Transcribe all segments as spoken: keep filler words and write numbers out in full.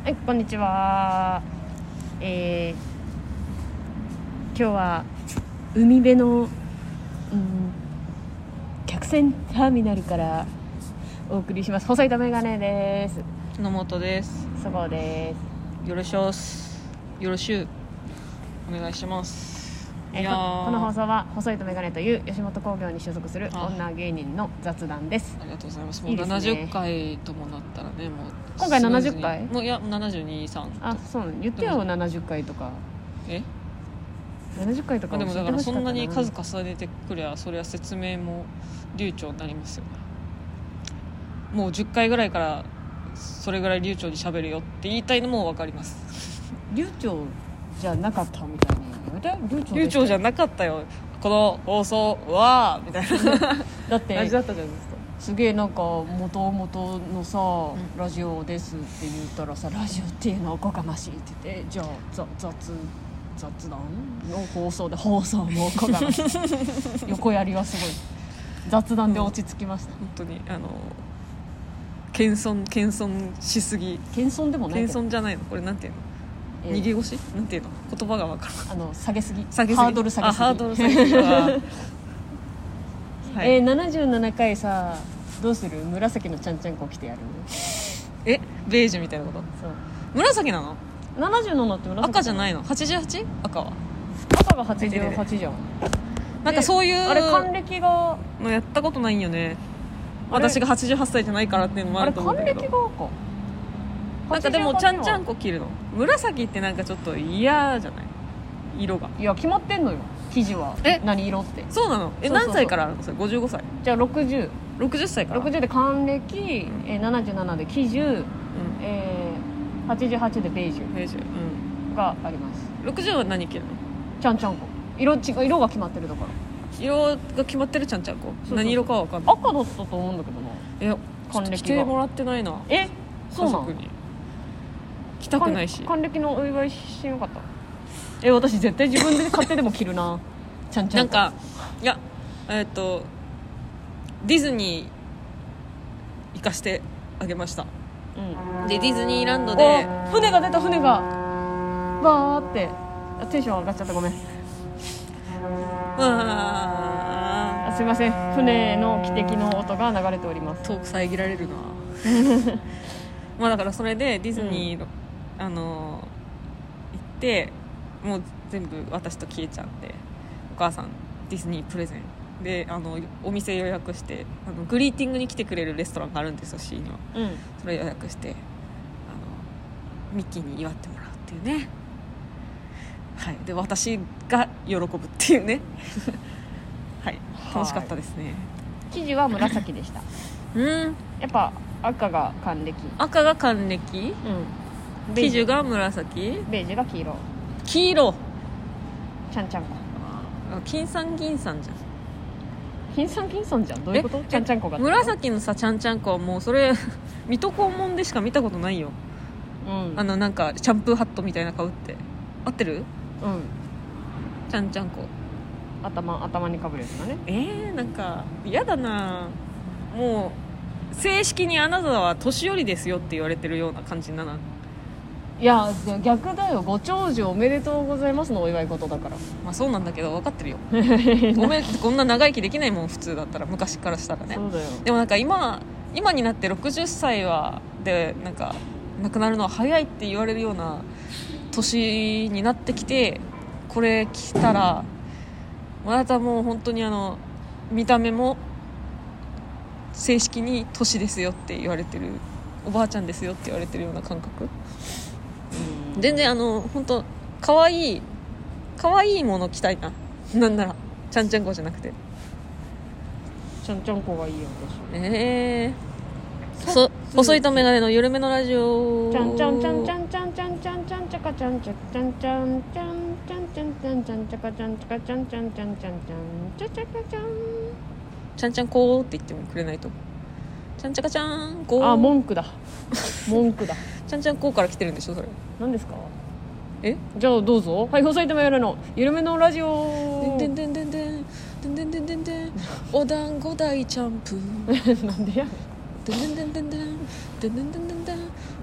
はい、こんにちは。えー、今日は海辺の、うん、客船ターミナルからお送りします。細いとメガネです。 野本です。 そごうです。 よろしょす。よろしゅうお願いします。 えー、 いやこ, この放送は細いとメガネという吉本興業に所属する女芸人の雑談です。 ありがとうございます。もういいですね、 ななじゅっかいともなったらね、もう今回ななじゅっかい？ もういやななじゅうに、さんあ、そうなの。言ってよななじゅっかいとか。 えななじゅっかいとかでもだからそんなに数重重ねてくりゃそれは説明も流暢になりますよね。もうじゅっかいぐらいからそれぐらい流暢に喋るよって言いたいのも分かります。 流暢じゃなかったみたいに言うて。流暢流暢じゃなかったよこの放送はみたいなだって感じだったじゃないですか。 すげえなんか元々のさ、 うん、 ラジオですって言ったらさ、ラジオっていうのはおこがましいって言って、じゃあ雑雑談の放送で放送もおこがましい横やりはすごい雑談で落ち着きました、 うん、本当にあの謙遜謙遜しすぎ。 謙遜でもないけど、 謙遜じゃないのこれなんていうの、 えー、 逃げ腰なんていうの、言葉が分からん。 あの下げすぎ下げすぎハードル下げすぎあハードル下げすぎは、はい、 えー、ななじゅうななかいさ、どうする？紫のちゃんちゃんこ着てやる？ えベージュみたいなこと？ そう、 紫なの？ ななじゅうななって紫赤じゃないの？ はちじゅうはち？ 赤は赤がはちじゅうはちじゃん。 なんかそういうあれ還暦がのやったことないんよね。私がはちじゅうはっさいじゃないからっていうのもあると思うんだけど、 あれ還暦が赤なんかでもちゃんちゃんこ着るの紫ってなんかちょっと嫌じゃない？色が。 いや決まってんのよ、生地は。 え何色って。 そうなの？えそうそうそう何歳からあるのそれ？ごじゅうごさい？ じゃあろくじゅう。 ろくじゅっさいから。 ろくじゅうで還暦、 うんえー、ななじゅうななで喜寿、 うんえー、はちじゅうはちでベージュベージュ、うん、 があります。 ろくじゅうは何着るの？ ちゃんちゃんこ。色違う、色が決まってるだから。 色が決まってるちゃんちゃんこ。 そうそうそう、 何色かは分かんない。 赤だったと思うんだけどな。 いや還暦が着てもらってないな。 え、そうなの？ 家族に着たくないし。 還暦のお祝いしなかった？え、私絶対自分で買ってでも着るなちゃんちゃんこ。 なんかいやえっ、ー、とディズニー行かしてあげました、うん、でディズニーランドで船が出た。船がバーってテンション上がっちゃった。ごめん。 あすいません、船の汽笛の音が流れております。 遠く遮られるなまあだからそれでディズニー、うん、あの行ってもう全部私とキエちゃんでお母さんディズニープレゼンであのお店予約して、あのグリーティングに来てくれるレストランがあるんですよ C には、うん、それ予約してあのミッキーに祝ってもらうっていうね。はい、で私が喜ぶっていうねはい楽しかったですね。 生地は紫でしたうんやっぱ赤が還暦。 赤が還暦、うん、生地が紫、 ベージュが黄色。 黄色ちゃんちゃんこ。 金さん銀さんじゃん。 金さん銀さんじゃん。どういうこと？ちゃんちゃんこが紫のさちゃんちゃんこはもうそれ水戸黄門でしか見たことないよ、うん、あのなんかシャンプーハットみたいな顔って合ってる？うん、ちゃんちゃんこ頭頭にかぶるやつだね。 えー、なんか嫌だな。もう正式にあなたは年寄りですよって言われてるような感じなな。 いや逆だよ。ご長寿おめでとうございますのお祝い事だから。 まあそうなんだけど分かってるよごめんこんな長生きできないもん普通だったら、昔からしたらね。 そうだよ。 でもなんか今今になってろくじゅっさいはでなんか亡くなるのは早いって言われるような年になってきて、これ着たらあなたもう本当にあの見た目も正式に年ですよって言われてる、おばあちゃんですよって言われてるような感覚。うん、全然あの本当可愛い可愛いもの着たいな。なんならちゃんちゃんこじゃなくてちゃんちゃんこがいいよ私。 えーそ細いとメガネの緩めのラジオ。 ちゃんちゃんちゃんちゃんちゃんちゃんちゃんちゃんちゃかちゃんちゃちゃんちゃんちゃんちゃんちゃんちゃんちゃんちゃかちゃんちゃかちゃんちゃんちゃんちゃんちゃんちゃちゃかちゃんちゃんちゃんこーって言ってもくれないと。ちゃんちゃかちゃんこー。 あ、文句だ文句だちゃんちゃんこーから来てるんでしょそれ。 何ですか？ えじゃあどうぞ。はい、細いとメガネの緩めのラジオ。 でんでんでんでんでんでんでんでんでんお団子大チャンプなんでやでんでんでんでんでんでんでんでんでんでん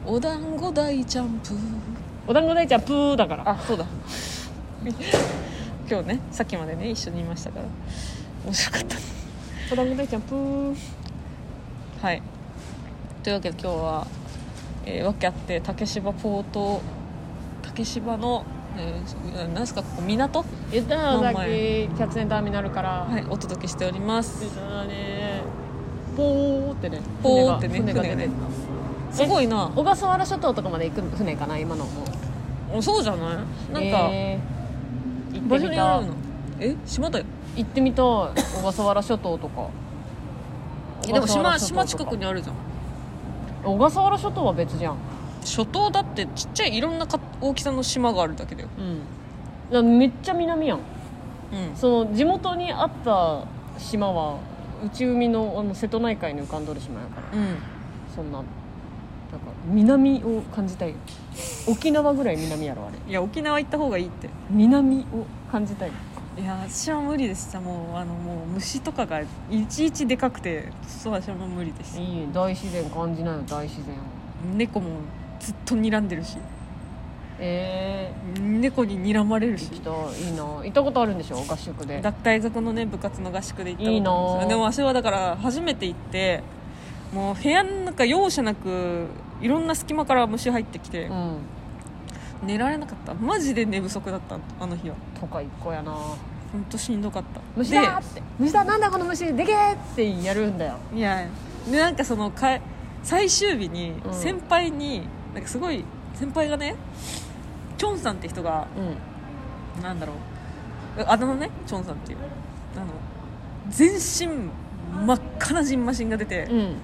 お団子大ジャンプ。 お団子大ちゃんプーだから。 あ、そうだ今日ねさっきまでね一緒にいましたから面白かったお団子大ちゃんプー。 はい、というわけで今日は、えー、訳あって竹芝ポート竹芝の、えー、何ですかここ港言ったなさっき前客船ターミナルから、 はいお届けしております言ったなねポーってねポーってね船が船がね船が出てた。 すごいな。 小笠原諸島とかまで行く船かな今のもおそうじゃないなんか、 えー、行場ってみた所にあるのえ島だよ。 行ってみたい小笠原諸島とかえでも島小笠原諸島島とか近くにあるじゃん。 小笠原諸島は別じゃん。 諸島だってちっちゃいいろんなか大きさの島があるだけだよ。 うんだからめっちゃ南やん。 うんその地元にあった島は内海の、あの瀬戸内海に浮かんどる島やからうんそんななんか南を感じたい。沖縄ぐらい南やろあれ。 いや沖縄行った方がいいって。 南を感じたい。 いや私は無理でした。もうあのもう虫とかがいちいちでかくてそう私はもう無理です。 いいね大自然感じないよ大自然を。 猫もずっと睨んでるしえ猫に睨まれるー、 し行きたい。いいな行ったことあるんでしょ合宿で。 だ大学のね部活の合宿で行ったことあるんですよ。 いいなでも私はだから初めて行ってもう部屋の中容赦なくいろんな隙間から虫入ってきて、 うん寝られなかった。マジで寝不足だったあの日は。 とか一個やな。 ほんとしんどかった。 虫だーって虫だなんだこの虫でけーってやるんだよ。 でいやでなんかそのか最終日にうん先輩に、なんかすごい先輩がねチョンさんって人がうんなんだろうあだ名ねチョンさんっていうあの全身真っ赤なジンマシンが出て、 うん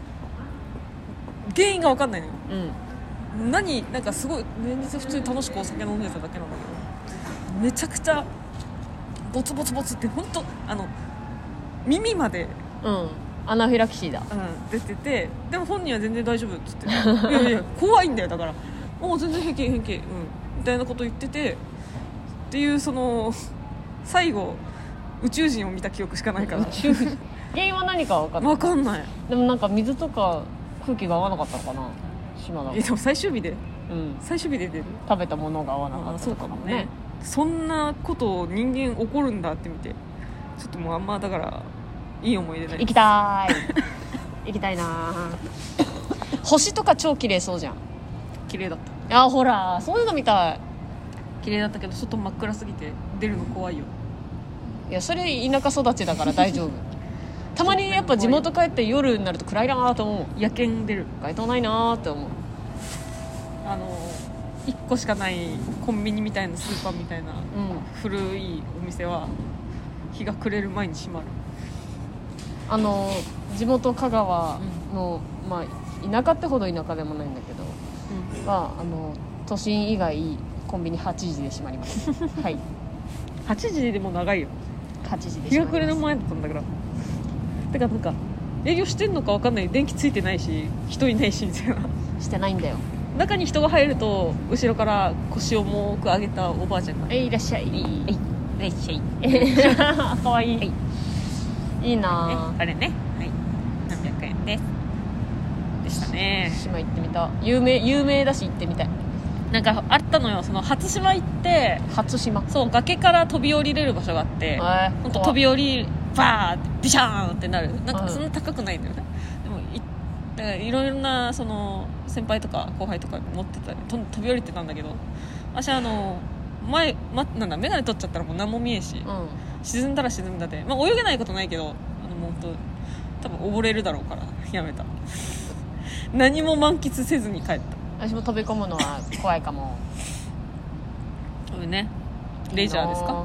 原因が分かんないのよ。 うん何なんかすごい連日普通に楽しくお酒飲んでただけなんだけどめちゃくちゃボツボツボツって本当あの耳まで、 うんアナフィラキシーだ。 うん、出ててでも本人は全然大丈夫っつっていやいや怖いんだよだからもう全然平気平気、うん、みたいなこと言っててっていうその最後宇宙人を見た記憶しかないから原因は何か分かんない。 分かんない。 でもなんか水とか空気が合わなかったのかな島だえでも最終日でうん最終日で出る食べたものが合わなかあったそうかもね。そんなことを人間起こるんだって見てちょっともうあんまだからいい思い出ない。 行きたーい行きたいな星とか超綺麗そうじゃん。 綺麗だったあほらそういうの見たい。 綺麗だったけど外真っ暗すぎて出るの怖いよ。 いやそれ田舎育ちだから大丈夫たまにやっぱ地元帰って夜になると暗いなと思う。 野犬出る。 街灯ないなって思う。 あのいっこしかないコンビニみたいなスーパーみたいなうん古いお店は日が暮れる前に閉まる。 あの地元香川の、まあ、田舎ってほど田舎でもないんだけど、 うん、 はあの都心以外コンビニはちじで閉まりますはいはちじでも長いよ。 はちじで日が閉まります。 暮れる前だったんだからてかなんか営業してんのか分かんない。電気ついてないし人いないしみたいな。 してないんだよ。 中に人が入ると後ろから腰を重く上げたおばあちゃんがえいいらっしゃい。 いらっしゃいかわいい、 はいいいなあれねはい何百円ですでしたね。 島行ってみた。有名有名だし行ってみたい。 なんかあったのよその初島行って初島そう崖から飛び降りれる場所があってほんと飛び降りバーってビシャーンってなるなんかそんな高くないんだよね、うん、でもいだからいろいろなその先輩とか後輩とか持ってたりと飛び降りてたんだけど私あの前、ま、なんだ眼鏡取っちゃったらもう何も見えんし、 うん沈んだら沈んだで、まあ、泳げないことないけどあのもう本当多分溺れるだろうからやめた何も満喫せずに帰った。 私も飛び込むのは怖いかも。 これねレジャーですか。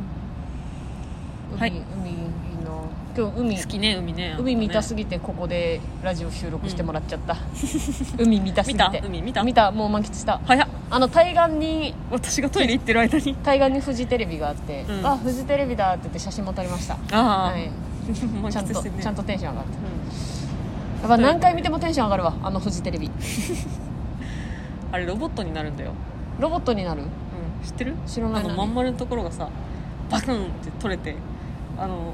海、 はい海いいな今日海好きね海ね海見たすぎぎてここでラジオ収録してもらっちゃった、うん、海見たすぎて見た海見た見たもう満喫した。 早っ。 あの対岸に私がトイレ行ってる間に対岸にフジテレビがあって、 うんあフジテレビだって言って写真も撮りました。 ああ、 はい満ちゃんと、 喫してねちゃんとテンション上がった。 うんやっぱ何回見てもテンション上がるわあのフジテレビあれロボットになるんだよ、 ロボットになる。 うん、知ってる？ 知らない。 あのまん丸のところがさバクンって取れてあの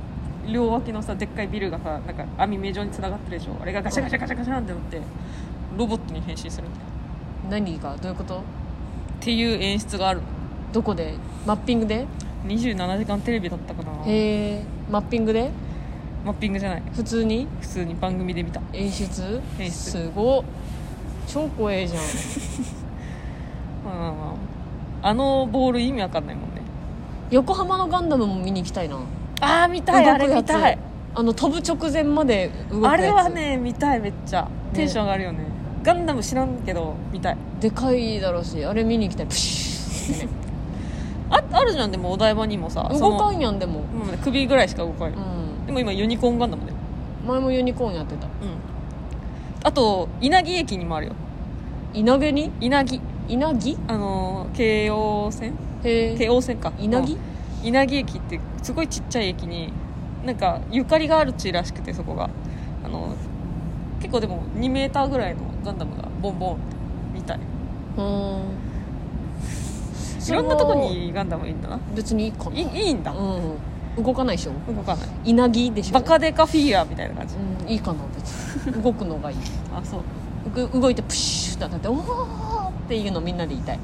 両脇のさでっかいビルがさなんか網目状につながってるでしょ。あれがガシャガシャガシャガシャってなってロボットに変身するんだよ何がどういうこと？ っていう演出がある。 どこで？マッピングで？ にじゅうななじかんテレビだったかな。 へえ。マッピングで？ マッピングじゃない、 普通に？ 普通に番組で見た。 演出？ 演出すごっ。超怖えじゃん。 まあまあまあ、あのボール意味わかんないもんね。 横浜のガンダムも見に行きたいな。 あー見たい、あれ見たい。 あの飛ぶ直前まで動くやつ。 あれはね見たい、めっちゃテンション上がるよね。ガンダム知らんけど見たい。 でかいだろうし、あれ見に行きたい。プシューってね。 あ, あるじゃん。でもお台場にもさ、 動かんやん。でも、 その首ぐらいしか動かない、 うん、 でも今ユニコーンガンダムだよ。 前もユニコーンやってた。 うん。あと稲城駅にもあるよ。 稲毛に？ 稲城、 稲城？ あのー、京王線、 へえ。 京王線か。 稲城？ 稲城駅ってすごいちっちゃい駅になんかゆかりがある地らしくて、そこがあの結構でもにメーターぐらいのガンダムがボンボンってみたい。 うーん。 いろんなとこにガンダムいいんだな。 別にいいかな。 い, いいんだ、 うん、動かないでしょ。 動かない。 稲城でしょ。 バカデカフィギュアみたいな感じ、 うん、いいかな別に。動くのがいい。 あ、そう。 う動いてプシューって当たっておーっていうのみんなで言いたい。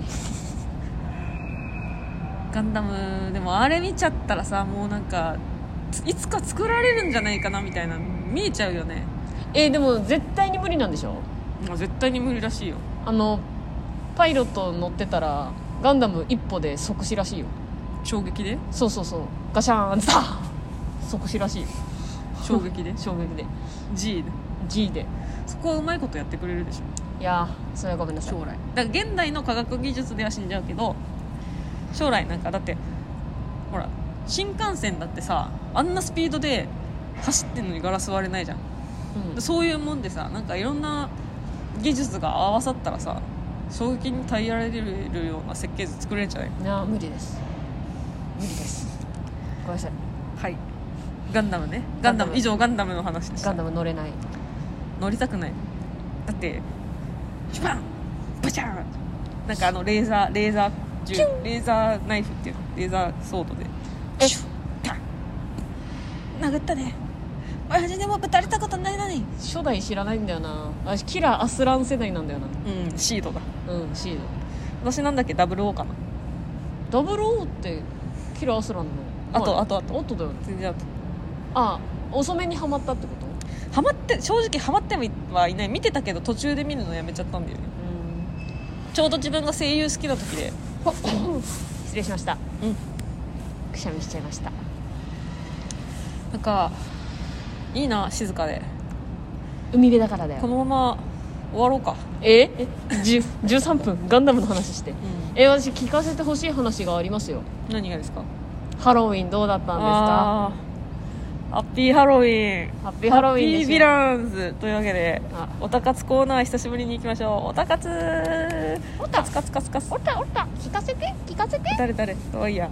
ガンダムでもあれ見ちゃったらさ、もうなんかいつか作られるんじゃないかなみたいな見えちゃうよね。 えー、でも絶対に無理なんでしょ。 絶対に無理らしいよ。 あのパイロット乗ってたらガンダム一歩で即死らしいよ。 衝撃で？ そうそうそう。ガシャーンザー即死らしいよ。 衝撃で衝撃で G で G で。 そこはうまいことやってくれるでしょ。 いやー、それはごめんなさい。 将来だから現代の科学技術では死んじゃうけど、将来なんかだってほら新幹線だってさ、あんなスピードで走ってんのにガラス割れないじゃん、うん、そういうもんでさ、なんかいろんな技術が合わさったらさ、衝撃に耐えられるような設計図作れるんじゃない？ いや無理です、無理です、ごめんなさい。 はい。ガンダムね。ガンダム以上ガンダムの話でした。 ガンダム乗れない。 乗りたくない。だってシュパンバチャーン、なんかあのレーザーレーザー銃レーザーナイフっていうの、レーザーソードでシュッパン殴ったね。私でもぶたれたことないのに。 初代知らないんだよな。私キラーアスラン世代なんだよな。 うん、シードだ。 うん、シード。私なんだっけ、ダブルオーかな。 ダブルオーってキラーアスランのあとあとあとあとだよね。 全然あと。 あ、遅めにハマったってこと？ ハマって正直ハマってはいない。見てたけど途中で見るのやめちゃったんだよね。うん、ちょうど自分が声優好きな時で失礼しました。 うんくしゃみしちゃいました。 なんかいいな、静かで。 海辺だからだよ。 このまま終わろうか。 ええじゅうさんぷんガンダムの話して、うん、え私聞かせてほしい話がありますよ。 何がですか？ ハロウィンどうだったんですか？ あハッピーハロウィン、 ハッピーハロウィンですよ。 ハッピーヴィランズというわけで、おたかつコーナー久しぶりに行きましょう。おたかつおたカツカツカツカツおたおた聞かせて聞かせて。 誰誰おいや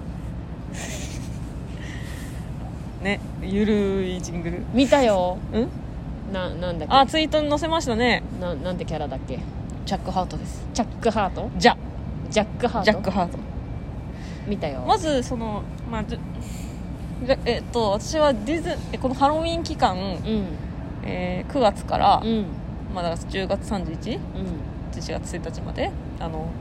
ね、ゆるいジングル見たよ。 んな、なんだっけ。 あ、ツイートに載せましたね。 な、なんてキャラだっけ。 ジャックハートです。 ジャックハートジャジャックハートジャックハート見たよ。 まずその、まあ、じえっと私はディズこのハロウィン期間、うんえー、くがつから、うんまあ、だからじゅうがつさんじゅういち、うん、じゅういちがつついたちまであの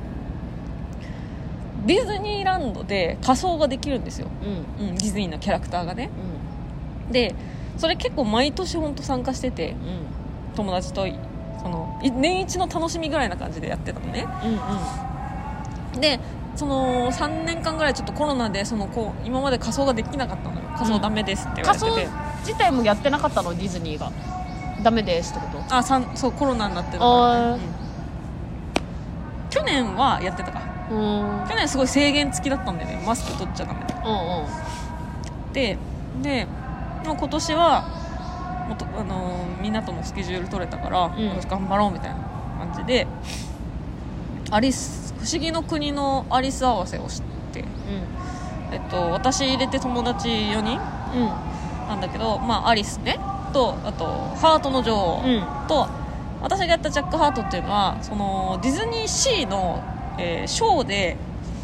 ディズニーランドで仮装ができるんですよ、うんうん、ディズニーのキャラクターがね、うん、でそれ結構毎年本当参加してて、うん、友達とその年一の楽しみぐらいな感じでやってたのね、うんうん、でそのさんねんかんぐらいちょっとコロナでそのこう今まで仮装ができなかったのよ。仮装ダメですって言われてて、うん、仮装自体もやってなかったのディズニーがダメですってこと？ あさんそうコロナになってたから、ねうん、去年はやってたか。去年すごい制限付きだったんだよね。マスク取っちゃダメで、うんうん、ででもう今年はもっと、あのー、みんなとのスケジュール取れたから、うん、今年頑張ろうみたいな感じでアリス不思議の国のアリス合わせをして、うんえっと、私入れて友達よにん、うん、なんだけど、まあ、アリスねとあとハートの女王、うん、と私がやったジャックハートっていうのはそのディズニーシーの、えー、ショーで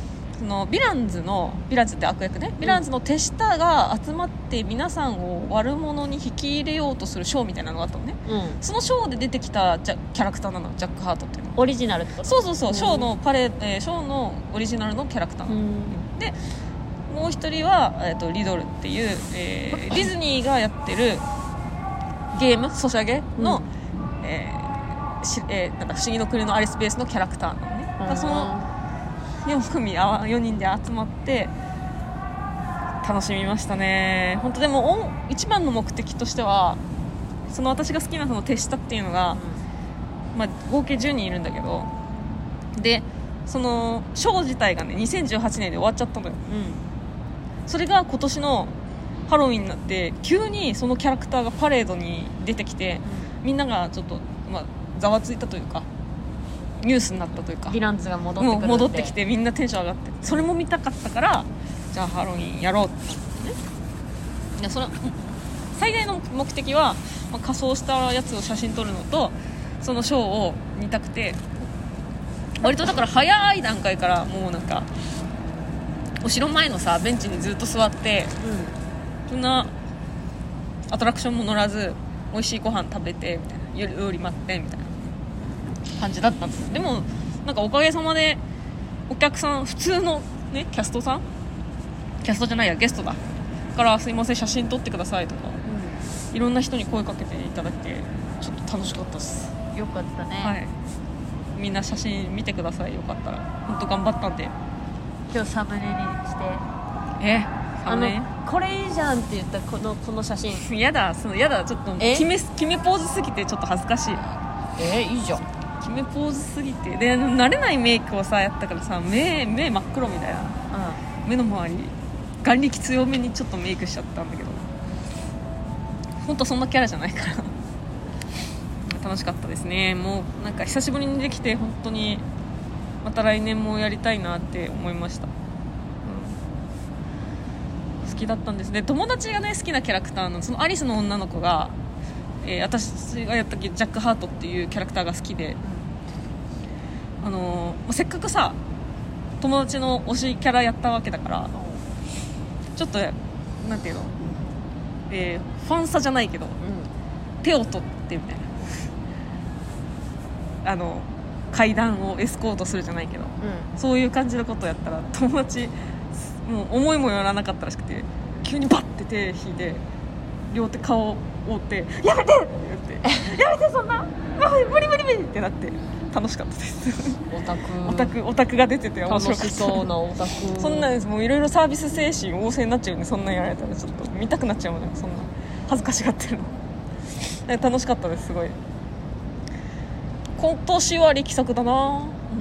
そのヴィランズのヴィランズって悪役ね、ヴィランズの手下が集まって皆さんを悪者に引き入れようとするショーみたいなのがあったのね、 うん、 そのショーで出てきたジャキャラクターなの、ジャック・ハートっていうの。 オリジナルってこと？ そうそうそう、 うん、 ショーのパレ、えー、ショーのオリジナルのキャラクターなの、 うん、 でもう一人は、えー、とリドルっていう、えー、ディズニーがやってるゲームソシャゲの、うん、えーしえー、なんか不思議の国のアリスベースのキャラクターなのね。だからそのよん組あよにんで集まって楽しみましたね。本当でも一番の目的としてはその私が好きなその手下っていうのが、うん、まあ、合計じゅうにんいるんだけど、でそのショー自体がねにせんじゅうはちねんで終わっちゃったのよ、うん、それが今年のハロウィンになって急にそのキャラクターがパレードに出てきて、うん、みんながちょっと、まあ、ざわついたというかニュースになったというか、 ヴィランズが戻ってくるって、 戻ってきてみんなテンション上がって、それも見たかったからじゃあハロウィンやろうってなってね。でその最大の目的は、まあ、仮装したやつを写真撮るのとそのショーを見たくて、割とだから早い段階からもうなんかお城前のさベンチにずっと座って、うん、そんなアトラクションも乗らず美味しいご飯食べてみたいな、料理待ってみたいな感じだったんです。でもなんかおかげさまでお客さん普通のねキャストさんキャストじゃないやゲストだからすいません写真撮ってくださいとか、うん、いろんな人に声かけていただいてちょっと楽しかったです。 よかったね、 はい、みんな写真見てください。よかったら本当頑張ったんで今日サムネにしてえあのこれいいじゃんって言ったこのこの写真やだそのやだちょっと決め決めポーズすぎてちょっと恥ずかしい。 えいいじゃん決めポーズすぎてで慣れないメイクをさやったからさ 目, 目真っ黒みたいな、うん、目の周り眼力強めにちょっとメイクしちゃったんだけど本当そんなキャラじゃないから楽しかったですね。もうなんか久しぶりにできて本当にまた来年もやりたいなって思いました、うん、好きだったんですね。友達がね好きなキャラクターのそのアリスの女の子が、えー、私がやったジャック・ハートっていうキャラクターが好きで、あのー、せっかくさ友達の推しキャラやったわけだからちょっとなんていうの、えー、ファンサじゃないけど、うん、手を取ってみたいなあの階段をエスコートするじゃないけど、うん、そういう感じのことをやったら友達もう思いもよらなかったらしくて急にバッて手引いて両手顔を覆ってやめてって言ってやめてそんな無理無理無理ってなって楽しかったですオタクオタクオタクが出てて面白かった。 楽しそうなオタクそんなんです。もういろいろサービス精神旺盛になっちゃうんでそんなんやられたらちょっと見たくなっちゃうのでそんな恥ずかしがってるの楽しかったです。すごい今年は力作だな、うん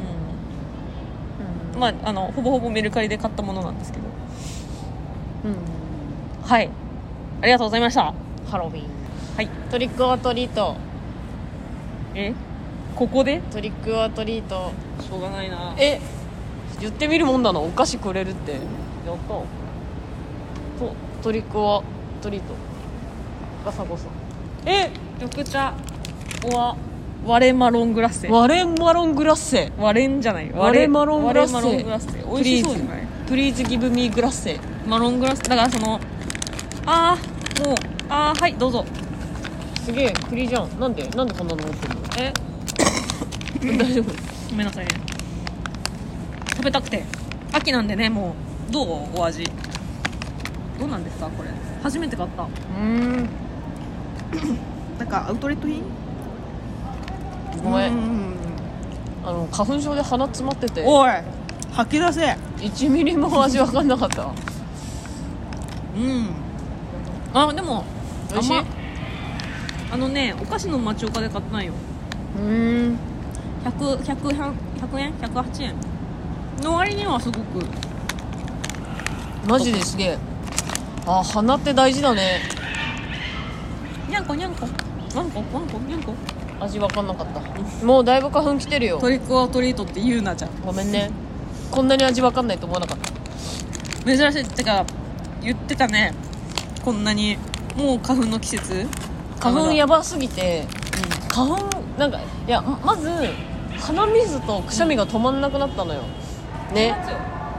うん、まああのほぼほぼメルカリで買ったものなんですけど、うん、はいありがとうございました。 ハロウィン、 はい、 トリックオアトリートえここでトリックオアトリートしょうがないな。 え言ってみるもんだな。お菓子くれるってやったとトリックオアトリートガサゴサえ緑茶お割れマロングラッセ割れマロングラッセ割れんじゃない割れマロングラッセ割れマロングラッセ美味しそうじゃない。 プリーズギブミーグラッセマロングラッセだからそのあーもうあーはいどうぞ。 すげえ栗じゃん。なんでなんでこんなの持ってるの。 え大丈夫ごめんなさいね食べたくて秋なんでね。もうどうお味どうなんですかこれ初めて買った。うーんなんかアウトレット品ごめんあの花粉症で鼻詰まってておい吐き出せいちミリも味分かんなかったうんあでも美味しい。 あのねお菓子の町岡で買ったんよ。 うーんひゃく、ひゃく、ひゃくえんひゃくはちえんの割にはすごくマジですげえ。あ鼻って大事だね。 にゃんこにゃんこワンコワンコにゃんこ味分かんなかった。もうだいぶ花粉来てるよ。 トリックオアトリートって言うなじゃん。 ごめんねこんなに味分かんないと思わなかった。 珍しいってか言ってたねこんなにもう花粉の季節。 花粉やばすぎて、うん、花粉なんかいやまず鼻水とくしゃみが止まんなくなったのよね。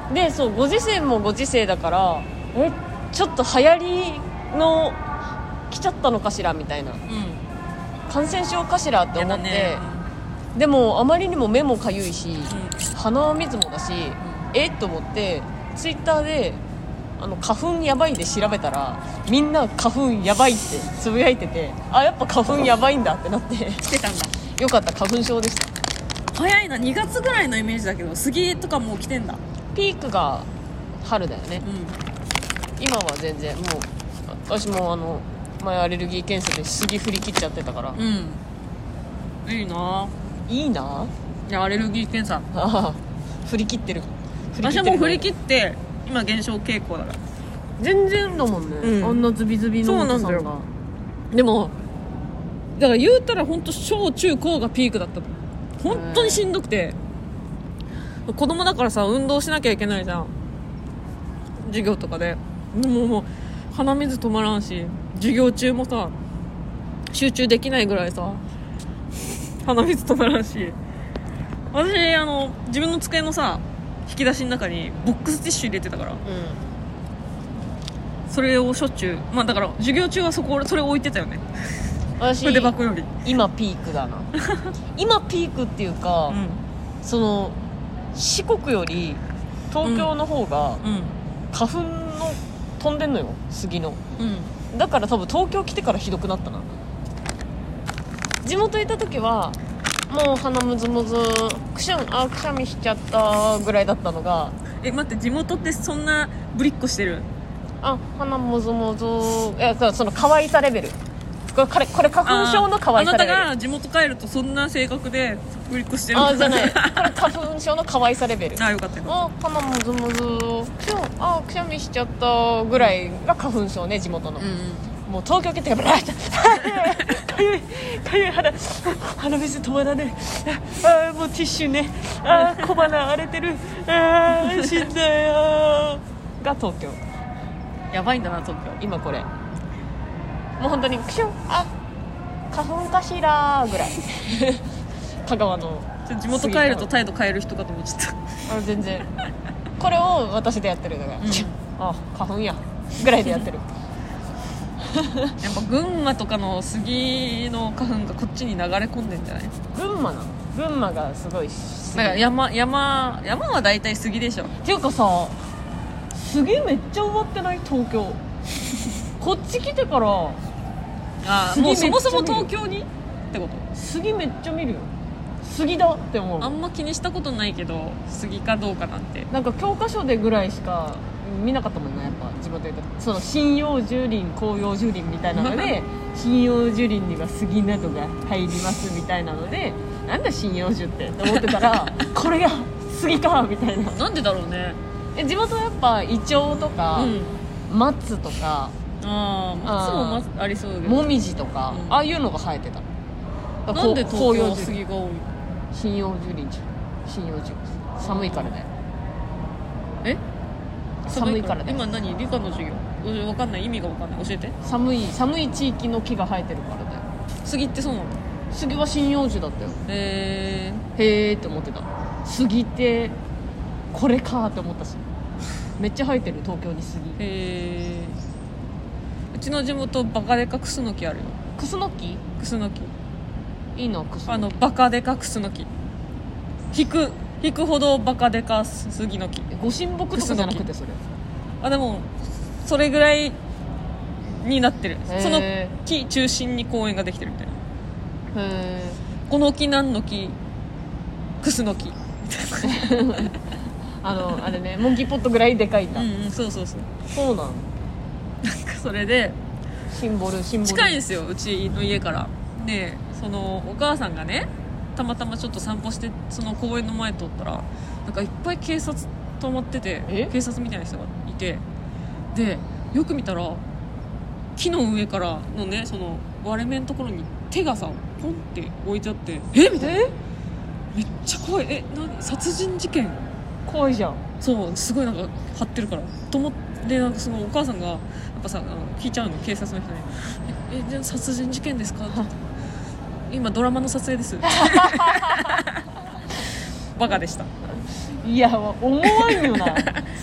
でそうご時世もご時世だからえちょっと流行りの来ちゃったのかしらみたいな、 うん感染症かしらって思って、 ね、 でもあまりにも目もかゆいし、 うん、 鼻水もだし、うん、えっと思ってツイッターであの花粉やばいで調べたらみんな花粉やばいってつぶやいてて、あやっぱ花粉やばいんだってなって来てたんだ。 よかった、花粉症でした。 早いな、にがつぐらいのイメージだけど杉とかもう来てんだ。 ピークが春だよね、 うん、 今は全然もう私もあの前アレルギー検査で杉振り切っちゃってたから、 うん、いいないいな。 いやアレルギー検査ああ振り切ってる。 私はもう振り切って今減少傾向だから全然だもんね、うん、あんなズビズビのお父さんが。そうなんだよ。 でもだから言うたら本当小中高がピークだった。本当にしんどくて、子供だからさ運動しなきゃいけないじゃん、授業とかで。もうもう鼻水止まらんし、授業中もさ集中できないぐらいさ鼻水止まらんし、私あの自分の机のさ引き出しの中にボックスティッシュ入れてたから、うん、それをしょっちゅう、まあだから授業中はそこそれ置いてたよね。 私筆箱より今ピークだな今ピークっていうか、うん、その四国より東京の方が花粉の飛んでんのよ、杉の、うん、だから多分東京来てからひどくなったな。地元いた時はもう鼻むずむずくしゃんあくしゃみしちゃったぐらいだったのが、 え待って地元ってそんなぶりっこしてる？ あ鼻むずむず、いやその可愛さレベル、これこれ花粉症の可愛さレベル。 あなたが地元帰るとそんな性格でぶりっこしてるの？ あじゃないこれ花粉症の可愛さレベル。 あよかったよ。 あ鼻むずむずくしゃあくしゃみしちゃったぐらいが花粉症ね、地元の、うんうん、もう東京来てからブラーッかゆいかゆい鼻鼻水止まらねえ、あもうティッシュね、あ小鼻荒れてる、あ死んだよが東京。 やばいんだな東京今これもう本当にクシュンあ花粉かしらぐらい香川の地元帰ると態度変える人かと思っちゃった。 あ全然これを私でやってるだから、うん、あ花粉やぐらいでやってるやっぱ群馬とかの杉の花粉がこっちに流れ込んでんじゃない？ 群馬な群馬がすごいだから山山山は大体杉でしょ。 っていうかさ杉めっちゃ埋まってない東京こっち来てからあもうそもそも東京にってこと？ 杉めっちゃ見るよ。杉だって思う。 あんま気にしたことないけど杉かどうかなんてなんか教科書でぐらいしか見なかったもんね。やっぱ地元でその針葉樹林広葉樹林みたいなので針葉樹林には杉などが入りますみたいなのでなんだ針葉樹ってって思ってたらこれが杉かみたいな。 なんでだろうね。 え地元はやっぱイチョウとか、うん、松とかあ松も松ありそうだけどもみじとか、うん、ああいうのが生えてた。 なんで東京は杉が多い？ 針葉樹林針葉樹寒いからだよ。 え寒いからだよ。 今何理科の授業わかんない意味がわかんない教えて。 寒い寒い地域の木が生えてるからだよ。 杉ってそうなの？ 杉は針葉樹だったよ。 へーへーって思ってた。杉ってこれかって思ったしめっちゃ生えてる東京に杉。 へーうちの地元バカデカクスノキあるよ。 クスノキ？ クスノキいいなクスノキ。 あのバカデカクスノキ引く引くほどバカデカ杉の木。 ご神木とかじゃなくてそれ？ あでもそれぐらいになってる。その木中心に公園ができてるみたいな。へーこの木何の木クスノキあのあれねモンキーポットぐらいでかいんだ。 うん、うん、そうそうそうそうなんなんかそれでシンボルシンボル近いんですようちの家から。でそのお母さんがねたまたまちょっと散歩してその公園の前通ったらなんかいっぱい警察止まってて警察みたいな人がいてでよく見たら木の上からのねその割れ目のところに手がさポンって置いてあってえみたいなめっちゃ怖いえ何殺人事件怖いじゃん。 そうすごいなんか張ってるからと思ってなんかそのお母さんがやっぱさあの聞いちゃうの警察の人にええじゃあ殺人事件ですかって言って今ドラマの撮影ですバカでした。 いや思わんよな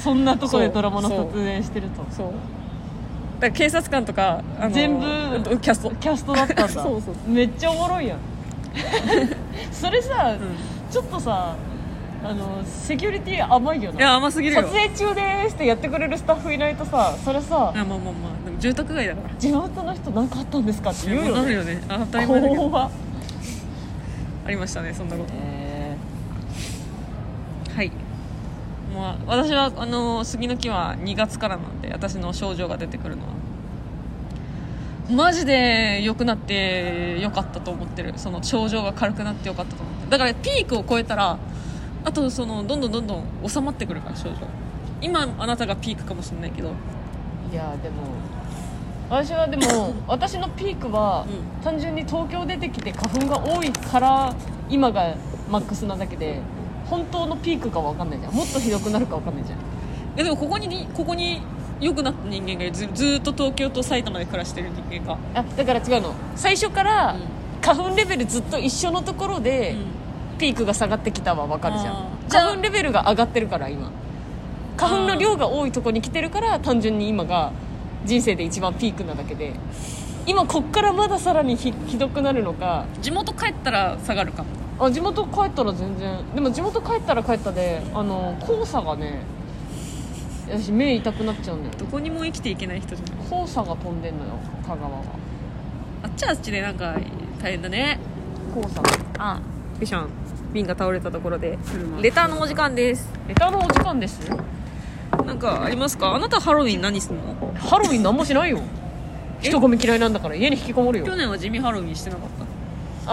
そんなとこでドラマの撮影してると。 そうだから警察官とかあの全部キャストキャストだったんだそうそうめっちゃおもろいやんそれさ、 うん、 ちょっとさあのセキュリティ甘いよな。 いや甘すぎるよ。 撮影中でーすってやってくれるスタッフいないとさ、それさ、 いやまあまあまあでも住宅街だから地元の人何かあったんですかって言うよね。 なるよね。あ当たり前だけど怖っありましたねそんなこと、 えはい。もう私はあの杉の木はにがつからなんで、私の症状が出てくるのはマジで良くなって良かったと思ってる。その症状が軽くなって良かったと思ってる。だからピークを超えたらあとそのどんどんどんどん収まってくるから症状。今あなたがピークかもしれないけど、 ーいやでも私はでも私のピークは、 うん単純に東京出てきて花粉が多いから今がマックスなだけで、本当のピークか分かんないじゃん。もっとひどくなるか分かんないじゃん。 えでもここにここに良くなった人間が ず, ずっと東京と埼玉で暮らしてる人間が、 あだから違うの、最初からうん花粉レベルずっと一緒のところで、 うん、 ピークが下がってきたは分かるじゃん。 あーじゃあ花粉レベルが上がってるから今花粉の量が多いところに来てるから、単純に今が人生で一番ピークなだけで、今こっからまださらに ひ, ひどくなるのか。 地元帰ったら下がるかも。 あ地元帰ったら全然、でも地元帰ったら帰ったで、あの黄砂がね、私目痛くなっちゃうんだよ。 どこにも生きていけない人じゃない。 黄砂が飛んでんのよ香川は。 あっちはあっちでなんか大変だね。 黄砂があピシャン瓶が倒れたところでレターのお時間です。 レターのお時間です。 なんかありますか？あなたハロウィン何すんの？ ハロウィン何もしないよ。人混み嫌いなんだから家に引きこもるよ。 去年は地味ハロウィンしてなかった？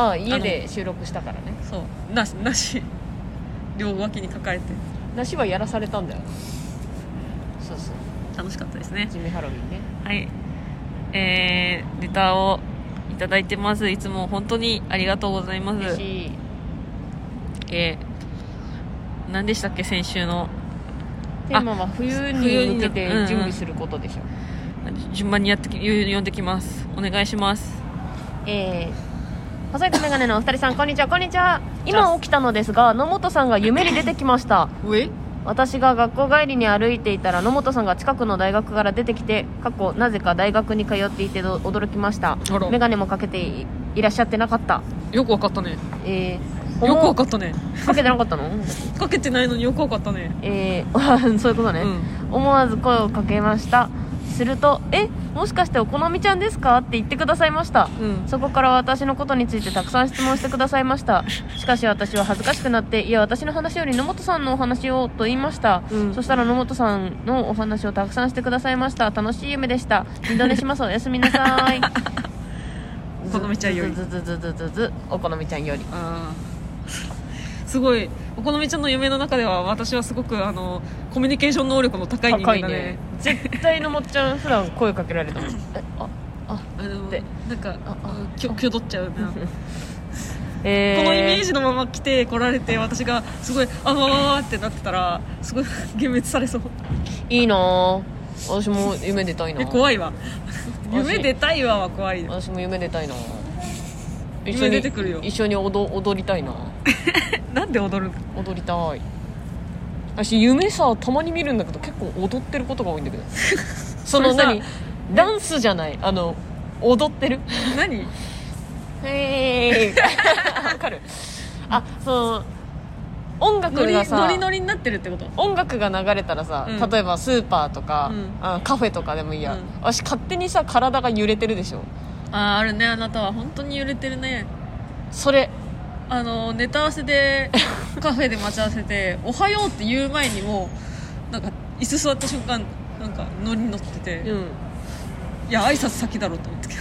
ああ家で収録したからね。 そうなしなし両脇に抱えて梨はやらされたんだよ。そうそう楽しかったですね。 地味ハロウィンね。 はいえー、レターをいただいてます。いつも本当にありがとうございます。 嬉しい。 えー、何でしたっけ先週のテーマは冬に向けて準備することでしょ。 順番にやってき読んできます。お願いします。 えー、細いとメガネのお二人さんこんにちは。こんにちは。今起きたのですが野本さんが夢に出てきました。 上私が学校帰りに歩いていたら野本さんが近くの大学から出てきて、過去なぜか大学に通っていて驚きました。メガネもかけて い, いらっしゃってなかった。 よくわかったね。 えー、 よくわかったね。 かけてなかったの？ かけてないのによくわかったね。 えー、そういうことね、うん、思わず声をかけました。するとえもしかしてお好みちゃんですかって言ってくださいました、うん、そこから私のことについてたくさん質問してくださいました。しかし私は恥ずかしくなって、いや私の話より野本さんのお話をと言いました、うん、そしたら野本さんのお話をたくさんしてくださいました。楽しい夢でした。二度寝します。おやすみなさいお好みちゃんよりずずずずずずお好みちゃんより。 あすごいお好みちゃんの夢の中では私はすごくあのコミュニケーション能力の高い人間だ ね, ね絶対のもっちゃん普段声かけられたもんえあああのでなんかきょ挙動っちゃうなえー、 このイメージのまま来て来られて私がすごいあわわわってなってたらすごい幻滅されそう。 いいな私も夢出たいな。 え怖いわ夢出たいわは怖い。 私も夢出たいな。一緒夢に出てくるよ。 一緒に 踊, 踊りたいななんで踊るの？ 踊りたい。私夢さたまに見るんだけど結構踊ってることが多いんだけどその何ダンスじゃないあの踊ってる何へーわかる。あその音楽がさノリノリノリになってるってこと？ 音楽が流れたらさ、うん、例えばスーパーとか、うん、あカフェとかでもいいや、うん、私勝手にさ体が揺れてるでしょ。 ああるねあなたは本当に揺れてるね。 それあのネタ合わせでカフェで待ち合わせておはようって言う前にもなんか椅子座った瞬間なんかノリに乗ってて、うん、いや挨拶先だろうと思って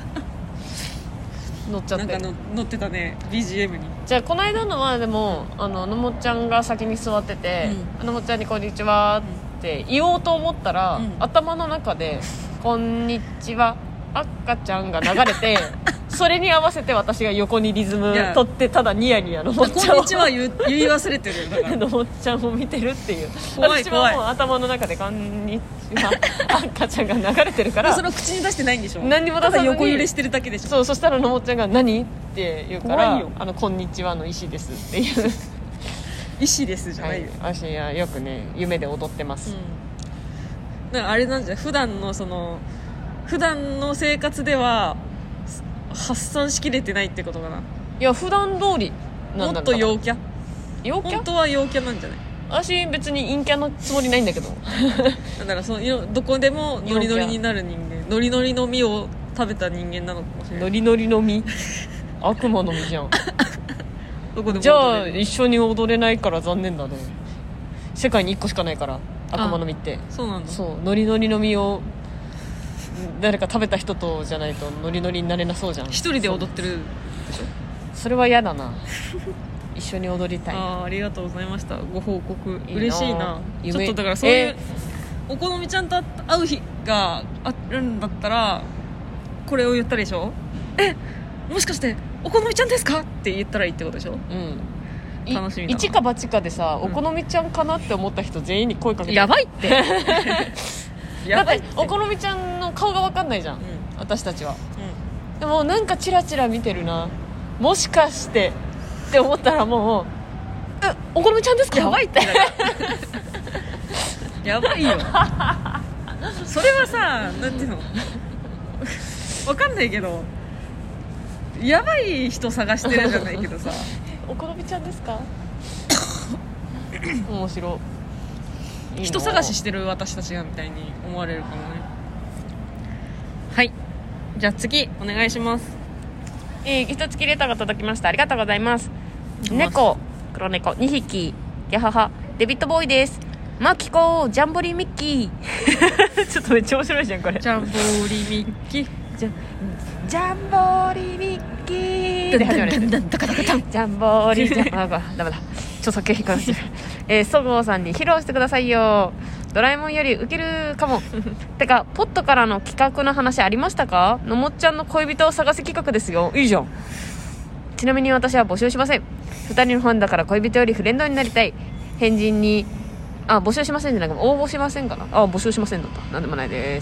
乗っちゃってなんかの乗ってたね ビージーエム に。 じゃあこの間のはでもあののもちゃんが先に座ってて、うん、のもちゃんにこんにちはって言おうと思ったら、うん、頭の中でこんにちは赤ちゃんが流れてそれに合わせて私が横にリズム取ってただニヤニヤのもっちゃんをこんにちは言う言い忘れてるよだからのもっちゃんを見てるっていう。 怖い怖い。 私はもう頭の中でこんにちは赤ちゃんが流れてるからそれを口に出してないんでしょ。 何にも出さずに横揺れしてるだけでしょ。 そうそしたらのもっちゃんが何って言うから怖いよ。 あのこんにちはの石ですっていう医師ですじゃないよ、 はい、私はよくね夢で踊ってます、 うん、だからあれなんじゃ普段のその普段の生活では発散しきれてないってことかな。 いや普段通りなんだろう、 もっと陽キャ陽キャ本当は陽キャなんじゃない。 私別に陰キャのつもりないんだけどだからそのいろどこでもノリノリになる人間、ノリノリの実を食べた人間なのかもしれない。 ノリノリの実悪魔の実じゃんどこでもじゃあ踊れる。 一緒に踊れないから残念だね。世界にいっこしかないから悪魔の実って。 そうなんだ。 そうノリノリの実を誰か食べた人とじゃないとノリノリになれなそうじゃん。 一人で踊ってるでしょ。 それは嫌だな一緒に踊りたい。 ああ、ありがとうございました。ご報告いいな。 嬉しいな。ち夢ょっとだからそういう、 えお好みちゃんと会う日があるんだったらこれを言ったでしょ。え、もしかしてお好みちゃんですかって言ったらいいってことでしょ。 うん楽しみだな。 一か八かでさ、 うんお好みちゃんかなって思った人全員に声かけて。 やばいってやばいってだってお好みちゃんの顔が分かんないじゃん、 うん私たちは。 うんでもなんかチラチラ見てるな、もしかしてって思ったらもうえお好みちゃんですかやばいってやばいよそれはさ、なんていうのわかんないけどやばい人探してるじゃないけどさお好みちゃんですか面白い。いいな人探ししてる私たちがみたいに思われるかもね。はい、じゃあ次お願いします。 えー、一つきレターが届きました。ありがとうございます。 ます猫、黒猫にひき、ギャハハ、デビッドボーイです。マキコ、ジャンボリーミッキーちょっとめっちゃ面白いじゃんこれ。 ジャンボリミッキージャジャンボリーミッキーで始まるやつ。ジャンボリージャンあダメだ著作権引っかかってるえー、そごうさんに披露してくださいよ。ドラえもんよりウケるかもてかポットからの企画の話ありましたか。のもっちゃんの恋人を探せ企画ですよ。いいじゃん。ちなみに私は募集しません。ふたりのファンだから恋人よりフレンドになりたい。変人にあ募集しませんじゃなくて応募しませんかなあ募集しませんだった。なんでもないです。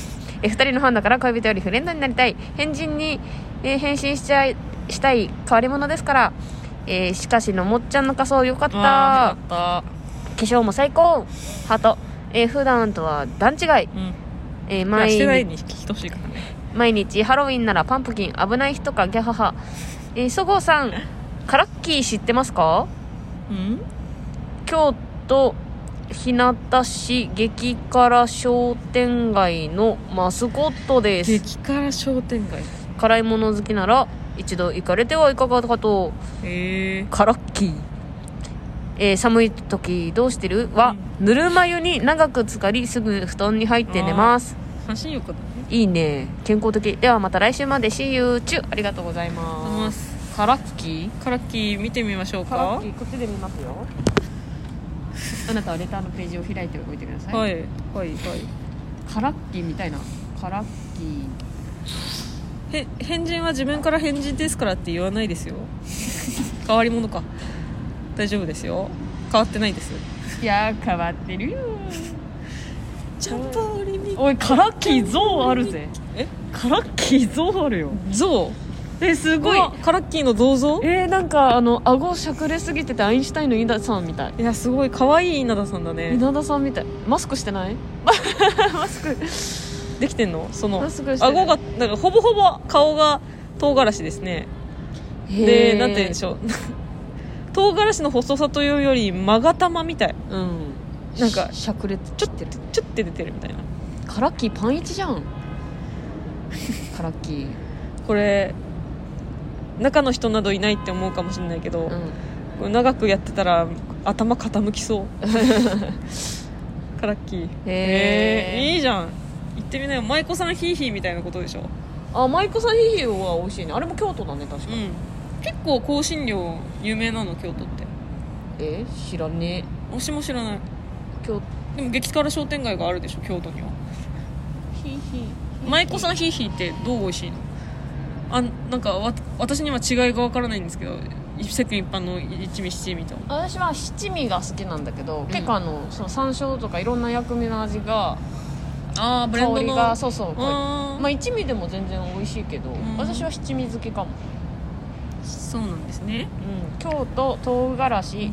えふたりのファンだから恋人よりフレンドになりたい。変人に、えー、変身しちゃいしたい変わり者ですから、えー、しかしのもっちゃんの仮装よかった。 あーよかっ化粧も最高ハート、えー、普段とは段違い、 た。うんえー、 まあ毎世代日に聞きとしいからね。 毎日ハロウィンならパンプキン危ない人かギャハハ、えー、そごうさんカラッキー知ってますか。 うん京都日向市激辛商店街のマスコットです。 激辛商店街。 辛いもの好きなら一度行かれてはいかがかと。 へえ。 カラッキー、えー、寒い時どうしてるは、うん、ぬるま湯に長く浸かりすぐ布団に入って寝ます。 半身浴だね。 いいね、健康的。ではまた来週まで See you チュありがとうございます。カラッキーカラッキー見てみましょうか。 カラッキーこっちで見ますよ。あなたはレターのページを開いておいてください。 はいはいはい。 カラッキーみたいな。カラッキーへ変人は自分から変人ですからって言わないですよ変わり者か。大丈夫ですよ、変わってないです。 いや変わってるよ。 ジャンボリミおいカラッキー像あるぜ。 えカラッキー像あるよ。 像えすごい。 カラッキーの銅像。 えー、なんかあの顎しゃくれすぎててアインシュタインの稲田さんみたい。 いやすごい可愛い稲田さんだね。 稲田さんみたい。マスクしてないマスクできてんの。そのマスクして顎がなんかほぼほぼ顔が唐辛子ですね。でなんて言うんでしょう唐辛子の細さというより勾玉みたい。 うんなんかしゃくれちょっとちょっと出てるみたいな。 カラッキーパンイチじゃんカラッキーこれ中の人などいないって思うかもしれないけど、 うん、 これ長くやってたら頭傾きそうカラッキー。 へーいいじゃん、行ってみなよ。舞妓さんヒーヒーみたいなことでしょ。 あ舞妓さんヒーヒーは美味しいね。あれも京都だね確か。 うん、結構香辛料有名なの京都って。 え知らねえ。 私も知らない。 京でも激辛商店街があるでしょ京都には。 ヒーヒー舞妓さんヒーヒーってどう美味しいの。あなんかわ私には違いが分からないんですけど、世間一般の一味七味と。 私は七味が好きなんだけど、 ん結構あのその山椒とかいろんな薬味の味があーブレンドの香りがそうそう濃い。 あー、 まあ一味でも全然美味しいけど、 ん私は七味好きかも。 そうなんですね。 うん、京都唐辛子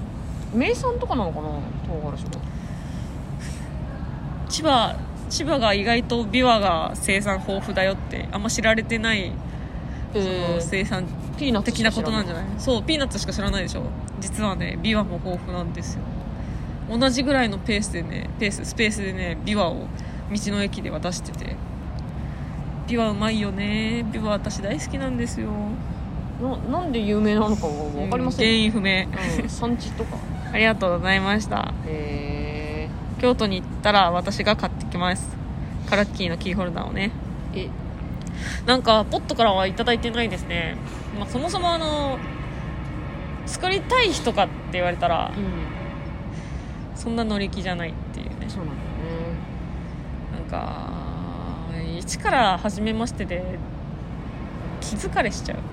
名産とかなのかな唐辛子が。 千葉千葉が意外とビワが生産豊富だよってあんま知られてない、 えー、 その生産ピーナッツ的なことなんじゃない？そうピーナッツしか知らないでしょ。実はねビワも豊富なんですよ。同じぐらいのペースでねペーススペースでねビワを道の駅では出してて、ビワうまいよね。ビワ私大好きなんですよ。 な, なんで有名なのか分かりません、 うん、原因不明、 うん、産地とかありがとうございました。 へー京都に行ったら私が買ってきます。カラッキーのキーホルダーをね。 えなんかポットからはいただいてないですね、まあ、そもそもあの作りたい人かって言われたら、うん、そんな乗り気じゃないっていうね。 そうなんだよね。 なんか一から初めましてで気疲れしちゃう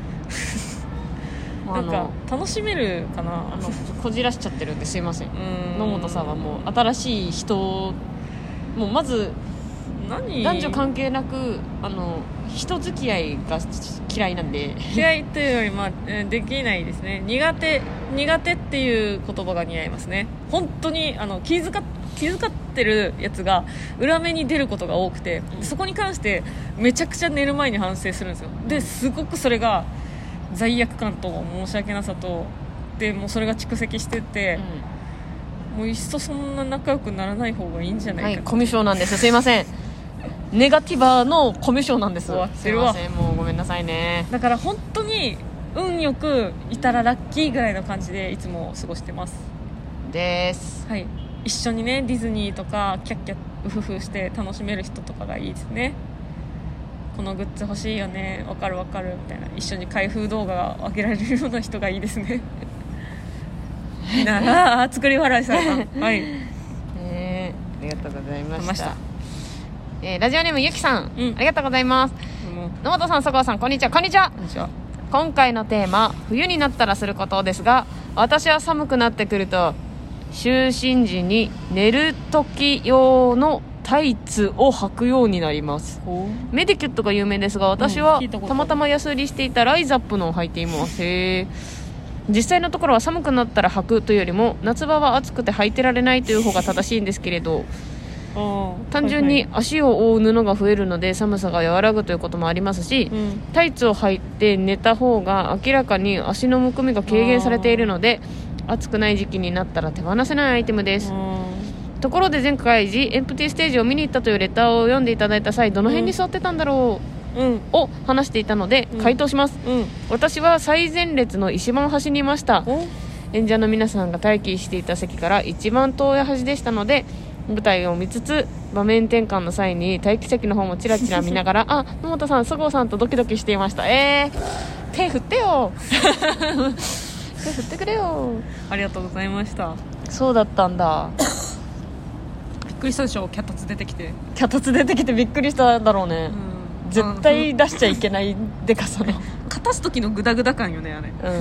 なんか楽しめるかな。 あのこじらしちゃってるんですいません。 うん野本さんはもう新しい人もうまず何男女関係なくあの人付き合いが嫌いなんで。 嫌いというより、まあ、できないですね。苦手苦手っていう言葉が似合いますね。本当にあの気遣っ気遣ってるやつが裏目に出ることが多くて、そこに関してめちゃくちゃ寝る前に反省するんですよ。ですごくそれが罪悪感と申し訳なさとでもうそれが蓄積してて、うん、もういっそそんな仲良くならない方がいいんじゃないか、はい、 コミュ障なんです。すいませんネガティバーのコミュ障なんです。 終わってるわ。 すいませんもうごめんなさいね。 だから本当に運よくいたらラッキーぐらいの感じでいつも過ごしてますです。 はい、一緒にねディズニーとかキャッキャウフフして楽しめる人とかがいいですね。このグッズ欲しいよね、わかるわかるみたいな、一緒に開封動画が上げられるような人がいいですねなら作り笑いされたはい、 えー、ありがとうございました。 ましたえー、ラジオネームゆきさん、うん、ありがとうございます。野本さん、そこわさん、こんにちは。こんにちは。 こんにちは。 今回のテーマ、冬になったらすることですが、私は寒くなってくると就寝時に寝る時用のタイツを履くようになります。メディキュットが有名ですが、私はたまたま安売りしていたライザップのを履いています。へー。実際のところは寒くなったら履くというよりも夏場は暑くて履いてられないという方が正しいんですけれど、単純に足を覆う布が増えるので寒さが和らぐということもありますし、うん、タイツを履いて寝た方が明らかに足のむくみが軽減されているので、暑くない時期になったら手放せないアイテムです。ところで前回時エンプティステージを見に行ったというレターを読んでいただいた際、どの辺に座ってたんだろう、うん、を話していたので回答します、うんうん、私は最前列の一番端にいました。演者の皆さんが待機していた席から一番遠い端でしたので、舞台を見つつ場面転換の際に待機席の方もチラチラ見ながらあ、野本さん、そごうさんとドキドキしていました。えー、手振ってよ手振ってくれよ。 ありがとうございました。 そうだったんだびっくりしたでしょ。脚立出てきて脚立出てきてびっくりしただろうね、うん、絶対出しちゃいけないでかさの片す時のグダグダ感よねあれ。 うん、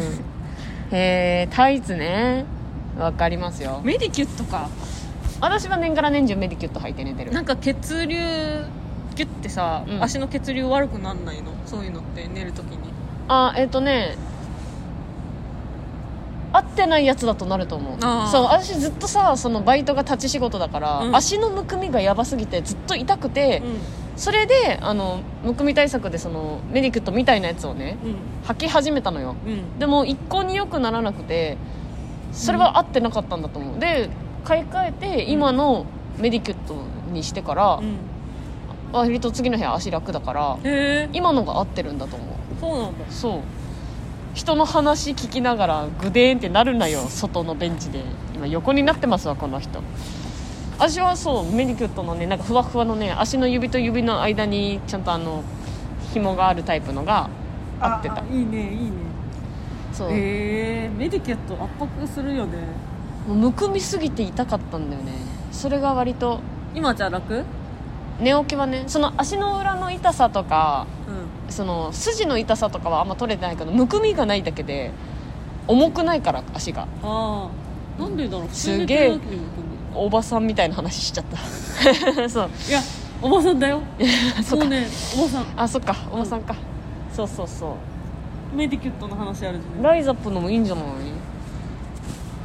へー、タイツね、わかりますよ。 メディキュットか。 私は年から年中メディキュット履いて寝てる。 なんか血流ギュッてさ、うん、足の血流悪くなんないの？そういうのって寝るときに。 あ、えっとね合ってないやつだとなると思う。そう、私ずっとさ、そのバイトが立ち仕事だから、うん、足のむくみがやばすぎてずっと痛くて、うん、それであのむくみ対策でそのメディキュットみたいなやつをね、うん、履き始めたのよ、うん、でも一向に良くならなくて、それは合ってなかったんだと思う。で買い替えて今のメディキュットにしてから、うん、割と次の日は足楽だから、今のが合ってるんだと思う。 そうなんだ。 そう、人の話聞きながらグデーンってなるなよ。外のベンチで今横になってますわこの人。私はそうメディキュットのね、なんかふわふわのね、足の指と指の間にちゃんとあの紐があるタイプのが合ってた。 ああ、いいねいいね。そう、えー、メディキュット圧迫するよね。 もうむくみすぎて痛かったんだよね。それが割と今じゃ楽。 寝起きはね、その足の裏の痛さとか、うん、その筋の痛さとかはあんま取れてないけど、むくみがないだけで重くないから足が。 ああ、なんでだろう。 すげえおばさんみたいな話しちゃったそういやおばさんだよそうね、おばさん。 あ、そっか、おばさんか、うん、そうそうそう。 メディキュットの話あるじゃん。 ライザップのもいいんじゃない？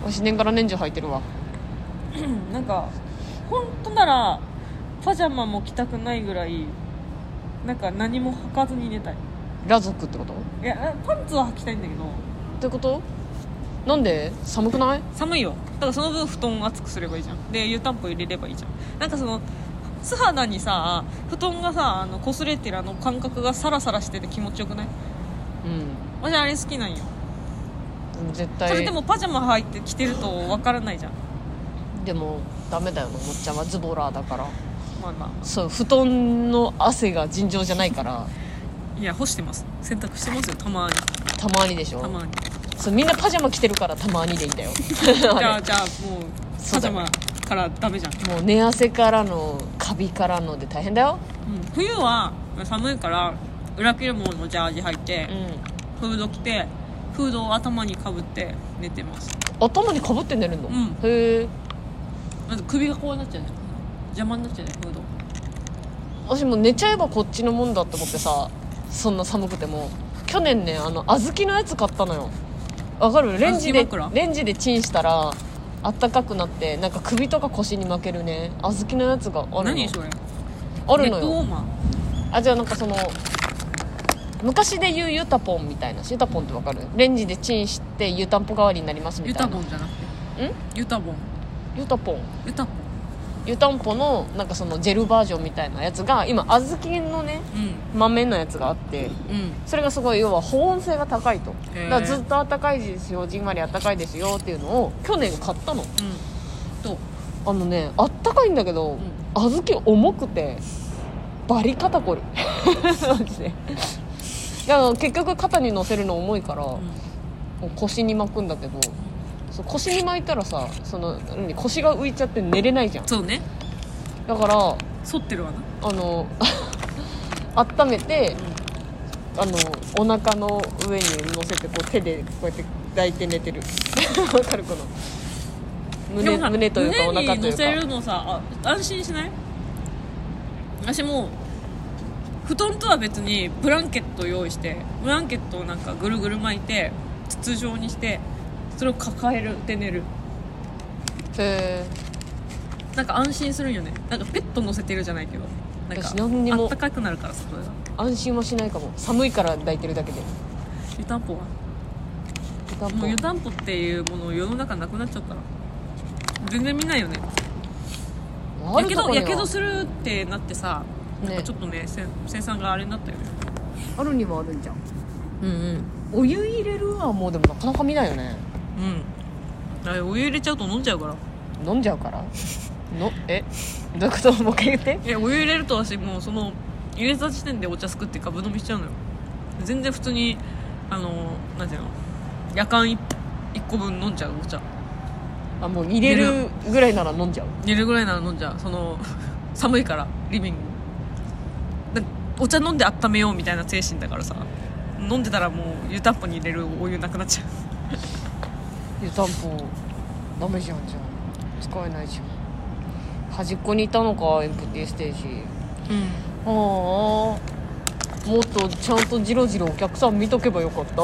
私年がら年中履いてるわ。 なんか本当ならパジャマも着たくないぐらいなんか何も履かずに寝たい。 裸族ってこと？ いやパンツは履きたいんだけど。 ってこと？なんで？寒くない？ 寒いよ。だからその分布団を厚くすればいいじゃん。で湯たんぽ入れればいいじゃん。なんかその素肌にさ布団がさあの擦れてるあの感覚がサラサラしてて気持ちよくない？ うん。 私あれ好きなんよ。 絶対。 それでもパジャマ履いて着てるとわからないじゃん。 でもダメだよ、のもっちゃんはズボラーだから。 まあまあそう、布団の汗が尋常じゃないから。 いや干してます。洗濯してますよたまに。 たまにでしょ。 たまに。 そう、みんなパジャマ着てるからたまにでいいんだよ。 じゃあじゃあもうパジャマからダメじゃん。 もう寝汗からのカビからので大変だよ。 うん、冬は寒いから裏切るもののジャージ履いて、 うん、 フード着てフードを頭にかぶって寝てます。 頭にかぶって寝るの？ うん、 へえ。 まず首がこうなっちゃうね。邪魔になっちゃうねフード。 私もう寝ちゃえばこっちのもんだって思ってさ、そんな寒くても去年ね、あの小豆のやつ買ったのよ。わかる？レンジでレンジでチンしたらあったかくなって、なんか首とか腰に巻けるね小豆のやつがあるの。 何それ？ あるのよ。 ネットウォーマー？ あ、じゃあなんかその昔で言うユタポンみたいな。ユタポンってわかる？レンジでチンして湯たんぽ代わりになりますみたいな。 ユタボンじゃなくてんユタボンユタポンユタポン湯たんぽのなんかそのジェルバージョンみたいなやつが今小豆のね、 うん、 豆のやつがあって、 うん、 それがすごい要は保温性が高いと。 へー。 だからずっとあったかいですよ、じんわりあったかいですよっていうのを去年買ったの。 うん、とあのね、あったかいんだけど、 うん、 小豆重くてバリ肩こりマジで。いや結局肩に乗せるの重いから、 うん、 もう腰に巻くんだけど、そう腰に巻いたらさ、その腰が浮いちゃって寝れないじゃん。 そうね。 だから反ってるわな。 あの温めて、うん、あのお腹の上に乗せてこう手でこうやって抱いて寝てる。わかるかな？胸、胸というかお腹というか胸に乗せるのさ、あ、安心しない？私も布団とは別にブランケットを用意して、ブランケットをなんかぐるぐる巻いて筒状にしてそれを抱えるで寝る。 へー。なんか安心するんよね。なんかペット乗せてるじゃないけど、なんか私何にもあったかくなるからさ、それが安心はしないかも。寒いから抱いてるだけで。 湯たんぽは湯たんぽもう湯たんぽっていうもの世の中なくなっちゃったら全然見ないよね。やけどやけどするってなってさ、ね、なんかちょっとね生産があれになったよね。 あるにはあるんじゃん。 うんうん。 お湯入れるはもうでもなかなか見ないよね。 うん。あれお湯入れちゃうと飲んじゃうから。 飲んじゃうからのえどういうこと？もう一回言って。 えお湯入れると私もうその入れた時点でお茶すくってガブ飲みしちゃうのよ。全然普通にあのなんていうの夜間いっこぶん飲んじゃうお茶。 あ、もう入れるぐらいなら飲んじゃう。 入れるぐらいなら飲んじゃう。その寒いからリビングでお茶飲んで温めようみたいな精神だからさ、飲んでたらもう湯たんぽに入れるお湯なくなっちゃう。 湯たんぽダメじゃん。じゃあ使えないじゃん。端っこにいたのかエンプティステージ。うん。ああ、もっとちゃんとジロジロお客さん見とけばよかった。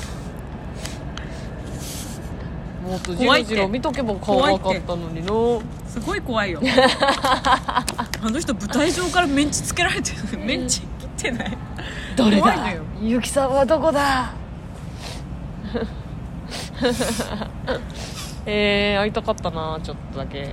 もっとジロジロ見とけば顔がかったのにの。 すごい怖いよ。あの人舞台上からメンチつけられてる。メンチ切ってない？ どれだ？ゆきさんはどこだ？えー、会いたかったな、ちょっとだけ。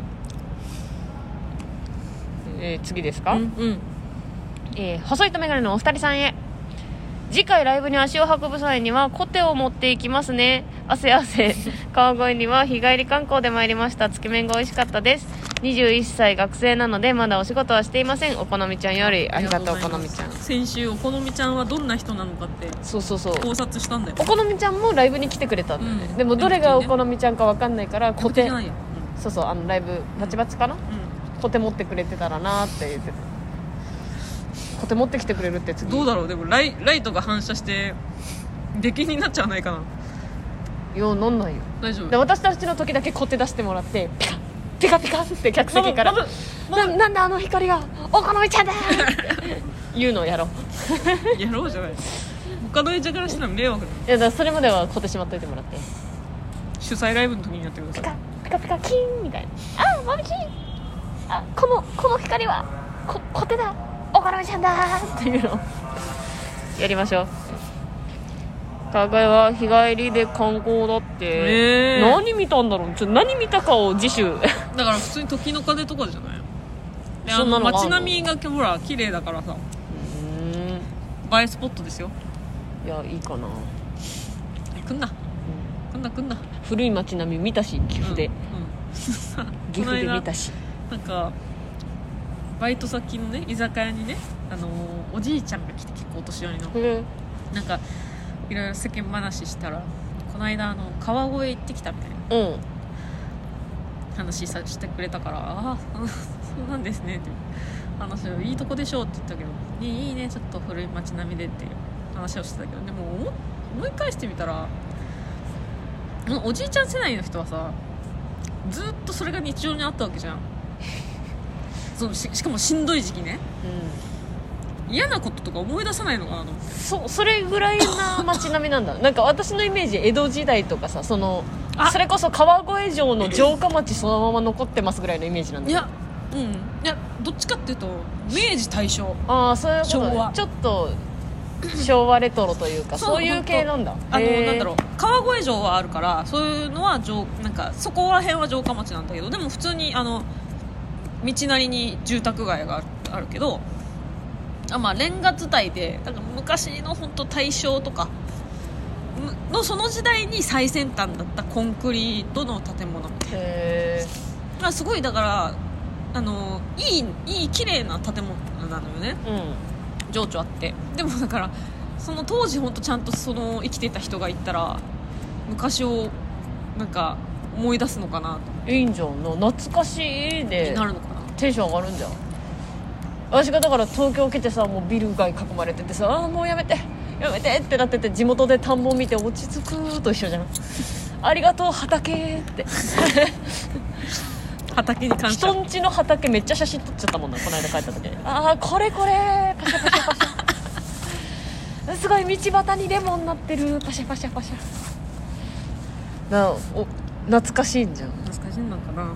えー、次ですか？ うん、うん。 えー、細いとメガネのお二人さんへ。次回ライブに足を運ぶ際にはコテを持っていきますね。汗汗。川越には日帰り観光で参りました。つけ麺が美味しかったです。にじゅういっさい学生なのでまだお仕事はしていません。お好みちゃんより。ありがとうお好みちゃん。 先週お好みちゃんはどんな人なのかってそうそうそう考察したんだよ。 お好みちゃんもライブに来てくれたんだよね、 うん、 でもどれがお好みちゃんか分かんないからコテ、 うん、 そうそう、あのライブバチバチかな、うん、コテ持ってくれてたらなって言ってた。コテ持ってきてくれるって次どうだろう。でもライ、ライトが反射して出禁になっちゃわないかな。 いや、なんないよ。 大丈夫で私たちの時だけコテ出してもらってピカピカピカって客席からな, なんであの光がお好みちゃんだ言うのをやろう。 やろうじゃない。他の演者からしたら迷惑だ。 いやだからそれまではコテしまっといてもらって。 主催ライブの時にやってください。 ピカピカピカキーンみたいな、あー眩しい、あこのこの光はこコテだ、オカラちゃんだーっていうのをやりましょう。海外は日帰りで観光だって、 えー、 何見たんだろう、ちょっと何見たかを次週だから普通に時の鐘とかじゃない？であのそんなのがあんの街並みがほら綺麗だからさ、 うーん、 映えスポットですよ。 いやいいかな、 来んな、来んな来んな。 古い街並み見たし、岐阜で、 うんうん、 岐阜で見たし、 なんかバイト先のね居酒屋にね、あのー、おじいちゃんが来て、結構お年寄りの、 へなんかいろいろ世間話したら、この間あの川越行ってきたみたいなうん話さしてくれたから、ああそうなんですねって話を、いいとこでしょうって言ったけど、いいいいね、ちょっと古い街並みでっていう話をしてたけど、でも思思い返してみたら、おじいちゃん世代の人はさ、ずっとそれが日常にあったわけじゃん。その し, しかもしんどい時期ね、 うん、 嫌なこととか思い出さないのかなと思って。 そそれぐらいな街並みなんだなんか私のイメージ、江戸時代とかさ、そのそれこそ川越城の城下町そのまま残ってますぐらいのイメージなんだけど。 いや、うん、いやどっちかっていうと明治大正、 ああそういうことね、 昭和ちょっと昭和レトロというかそういう系なんだ。 あのへーなんだろう、川越城はあるから、そういうのは城、なんかそこら辺は城下町なんだけど、でも普通にあの道なりに住宅街があるけど、あ、まあ、レンガ伝いで、だから昔の本当大正とかのその時代に最先端だったコンクリートの建物、 へまあ、すごいだからあのいいいい綺麗な建物なのよね、 ー、うん情緒あって。でもだからその当時本当ちゃんとその生きてた人がいったら昔をなんか思い出すのかなと。 いいんじゃんな、懐かしいでなるのかな。 テンション上がるんじゃん。私がだから東京来てさ、もうビル街囲まれててさ、ああもうやめてやめてってなってて、地元で田んぼ見て落ち着くと一緒じゃんありがとう畑って畑に感謝。 人んちの畑めっちゃ写真撮っちゃったもんな、この間帰った時に。ああこれこれパシャパシャパシャすごい道端にレモンなってる、パシャパシャパシャな、お懐かしいんじゃん。 懐かしいのかな、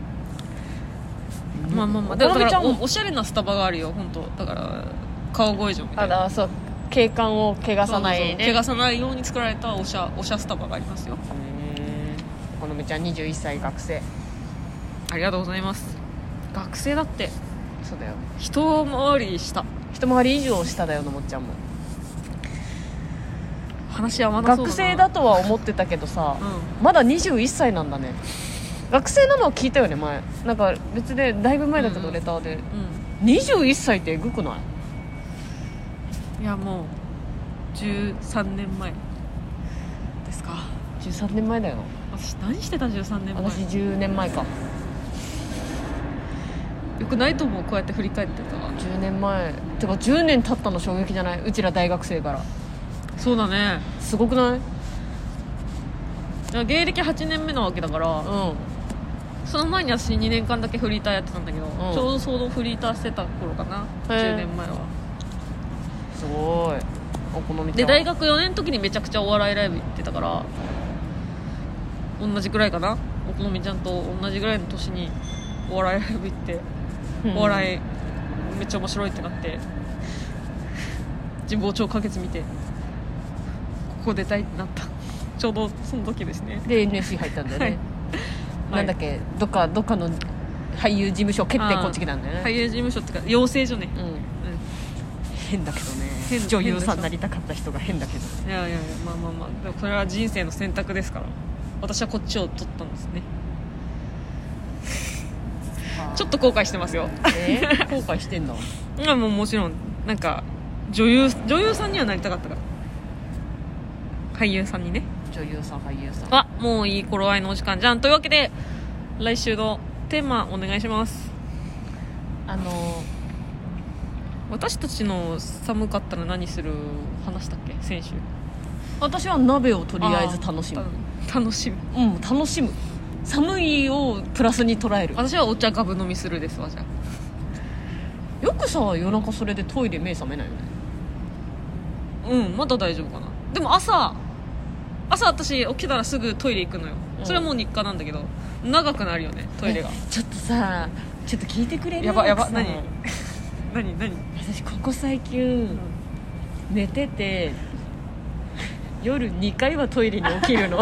うん、 まあまあまあ、 だからだから お, おしゃれなスタバがあるよ本当。だから川越城みたあいな、 らそう、景観を汚さないね。 そうそうそう、汚さないように作られたおしゃおしゃスタバがありますよ。 うん、このみちゃんにじゅういっさい学生。 ありがとうございます。学生だって。 そうだよ、 一回りした一回り以上下だよ、のもっちゃんも。 話合わなそうだな。 学生だとは思ってたけどさ、 うん、 まだにじゅういっさいなんだね。学生なのは聞いたよね前、なんか別でだいぶ前だけど、レターで、 うん、 にじゅういっさいってえぐくない？ いやもうじゅうさんねんまえですか。 じゅうさんねんまえだよ。 私何してた？じゅうさんねんまえ。 私じゅうねんまえか。 よくないと思う、こうやって振り返ってたら。 じゅうねんまえてかじゅうねん経ったの衝撃じゃない？うちら大学生から。 そうだね。 すごくない？ いや芸歴はちねんめなわけだから、 うん、 その前に私にねんかんだけフリーターやってたんだけど、 んちょうどそのフリーターしてた頃かな、じゅうねんまえは。 すごい。お好みちゃんで大学よねんの時にめちゃくちゃお笑いライブ行ってたから、同じぐらいかな、お好みちゃんと同じぐらいの年にお笑いライブ行って、 うん、 お笑いめっちゃ面白いってなって神保町花月見てここ出たいってなった。ちょうどその時ですね。 で エヌエスシー 入ったんだよね、 はい、 なんだっけ、どっかどっかの俳優事務所決定こっち来たんだよね。 俳優事務所っていうか養成所ね、 うん、 う変だけどね、 変女優さんになりたかった人が変だけど。 ん、いやいやいや、まあまあまあ、でもこれは人生の選択ですから、私はこっちを取ったんですね。ちょっと後悔してますよ。 えー、後悔してんだ。 いやもうもちろんなんか女優女優さんにはなりたかったから、俳優さんにね。 女優さん俳優さん。 あ、もういい頃合いのお時間じゃん。というわけで来週のテーマお願いします。 あの私たちの寒かったら何する話したっけ先週。 私は鍋をとりあえず楽しむ。 楽しむ。 うん、楽しむ。寒いをプラスに捉える。 私はお茶ガブ飲みするですわ。じゃあよくさ夜中それでトイレ目覚めないよね。 うん、まだ大丈夫かな。でも朝朝私起きたらすぐトイレ行くのよ。 うそれはもう日課なんだけど、長くなるよねトイレが。 ちょっとさちょっと聞いてくれる？ やばやば奥さん何何何私ここ最近、寝てて夜にかいはトイレに起きるの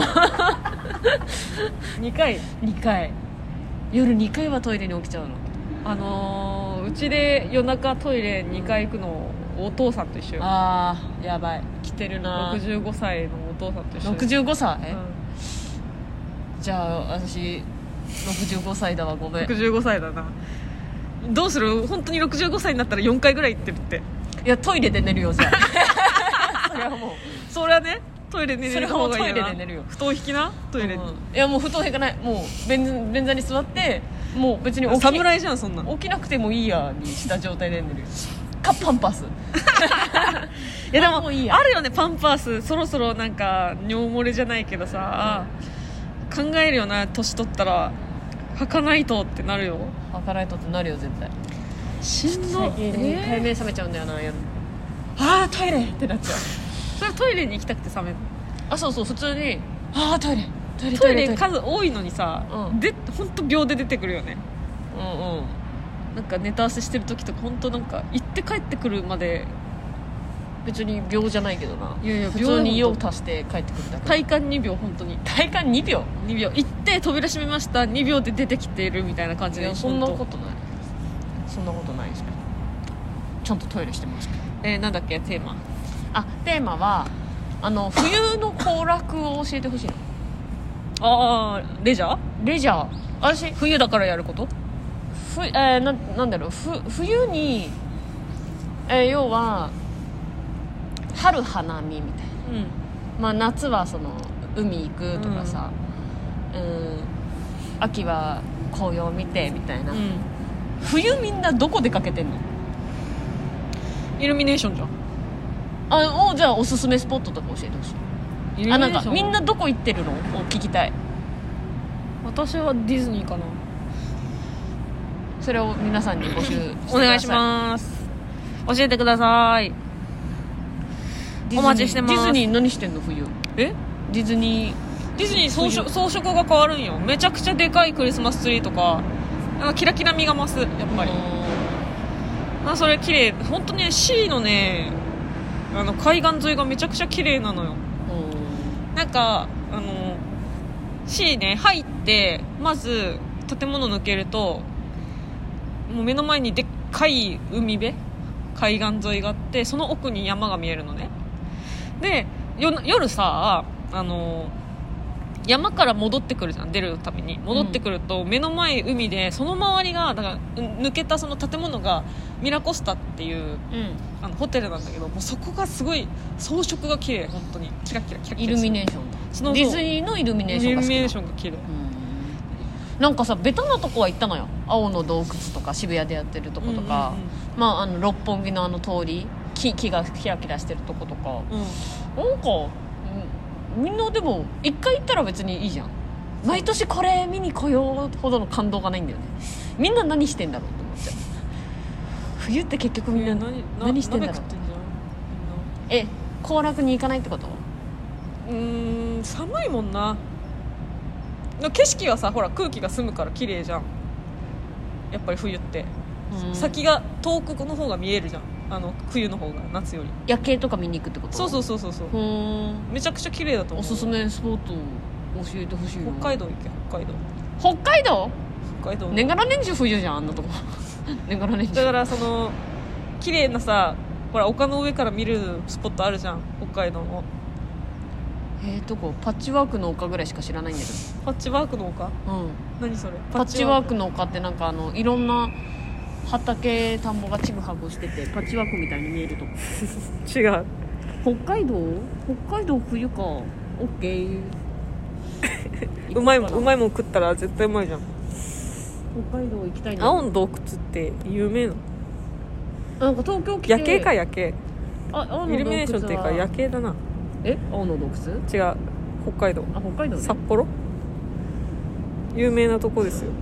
にかいにかい夜にかいはトイレに起きちゃうの。 あのー、うちで夜中トイレにかい行くのお父さんと一緒よ。 あーやばい来てるな。 ろくじゅうごさいのお父さんと一緒。 ろくじゅうごさい、 うん、 じゃあ私ろくじゅうごさいだわ、ごめん。 ろくじゅうごさいだな。どうする？本当にろくじゅうごさいになったらよんかいぐらい行ってるって。 いやトイレで寝るよじゃあそれはもうそれはねトイレで寝る方がいいな。 それはもうトイレで寝るよ。 布団引きなトイレに、 うん、いやもう布団引かない。もう便便座に座ってもう別に起き侍じゃんそんなの。 起きなくてもいいやにした状態で寝るよかパンパスいやでももういいやあるよねパンパース。そろそろなんか尿漏れじゃないけどさ、うん、考えるよな。年取ったら履かないとってなるよ。 履かないとってなるよ絶対。 しんど最近にかいめ覚めちゃうんだよな、夜あートイレってなっちゃう。 それトイレに行きたくて覚める。 あそうそう普通にあートイレトイレトイレトイレ数多いのにさ、 うん、 で本当秒で出てくるよね。 うんうんなんかネタ合わせしてる時とか本当なんか行って帰ってくるまで。 別に秒じゃないけどな。 いやいや普通に用足して帰ってくるだけ。 体感にびょう本当に体感にびょうにびょう行って扉閉めましたにびょうで出てきているみたいな感じで。 いやそんなことないそんなことないですけどちゃんとトイレしてますけど。 えー、なんだっけテーマ。 あテーマはあの冬の行楽を教えてほしいの。 ああレジャーレジャー私冬だからやること。 ふ、えー、な, なんだろうふ冬に、えー、要は春花見みたいな、 うんまあ、夏はその海行くとかさ、うん、うん秋は紅葉見てみたいな、 うん、 冬みんなどこ出かけてんの？ イルミネーションじゃん。 あおじゃあおすすめスポットとか教えてほしい。 イルミネーションあなんかみんなどこ行ってるのを聞きたい。 私はディズニーかな。 それを皆さんに募集してください。 お願いします教えてください。お待ちしてます。 ディズニー何してんの冬？ えディズニーディズニー装飾、装飾が変わるんよ。めちゃくちゃでかいクリスマスツリーとかなんかキラキラみが増すやっぱり。あそれ綺麗本当に C のねあの海岸沿いがめちゃくちゃ綺麗なのよ。なんかあの C ね入ってまず建物抜けるともう目の前にでっかい海辺海岸沿いがあってその奥に山が見えるのね。で夜さあの山から戻ってくるじゃん。出るために戻ってくると、うん、目の前海でその周りがだから抜けたその建物がミラコスタっていう、うん、あのホテルなんだけどもうそこがすごい装飾が綺麗本当にキラキラキラキライルミネーションだ。 そのディズニーのイルミネーションが好きな。 イルミネーションが綺麗。 なんかさベタなとこは行ったのよ。青の洞窟とか渋谷でやってるとことか、うんうんうん、まあ、あの六本木のあの通り 木, 木がキラキラしてるとことか、うん、なんか、うん、みんなでも一回行ったら別にいいじゃん。毎年これ見に来ようほどの感動がないんだよね。みんな何してんだろうって思っちゃう。冬って結局みんな 何, 何してんだろう。え行楽に行かないってこと？ うーん寒いもんな。景色はさほら空気が澄むから綺麗じゃんやっぱり冬って、うん、先が遠くの方が見えるじゃん。あの冬の方が夏より夜景とか見に行くってこと？ そうそうそうそうそう。めちゃくちゃ綺麗だと思う。 おすすめスポット教えてほしいの。 北海道行け北海道。 北海道？ 北海道年がら年中冬じゃんあんなとこ年がら年中だからその綺麗なさほら丘の上から見るスポットあるじゃん北海道の。 えー、どこ？パッチワークの丘ぐらいしか知らないんだけど。 パッチワークの丘？うん何それ？ パッチワークの丘ってなんかあのいろんな畑田んぼがちぐはぐしててパッチワークみたいに見えるとこ違う。 北海道？北海道冬か。オッケーうまいもんうまいもん食ったら絶対うまいじゃん。 北海道行きたいな。 青の洞窟って有名なの？ なんか東京来て夜景か夜景。 あ青の洞窟はイルミネーションっていうか夜景だな。 え青の洞窟？ 違う北海道。 あ北海道、ね、 札幌有名なとこですよ。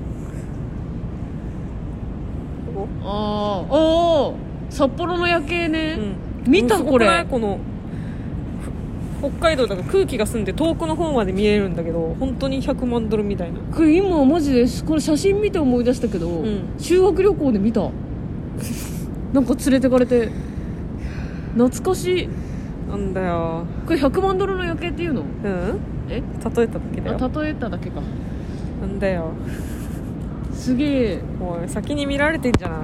ここああ札幌の夜景ね、 うん、 見たこれこの北海道だから空気が澄んで遠くの方まで見えるんだけど本当にひゃくまんドルみたいな。 これ今マジですこれ写真見て思い出したけど、うん、修学旅行で見たなんか連れてかれて懐かしい。 なんだよこれひゃくまんドルの夜景っていうの？ うんえ例えただけだよ。 あ例えただけか。 なんだよすげえ。 おい先に見られてんじゃない。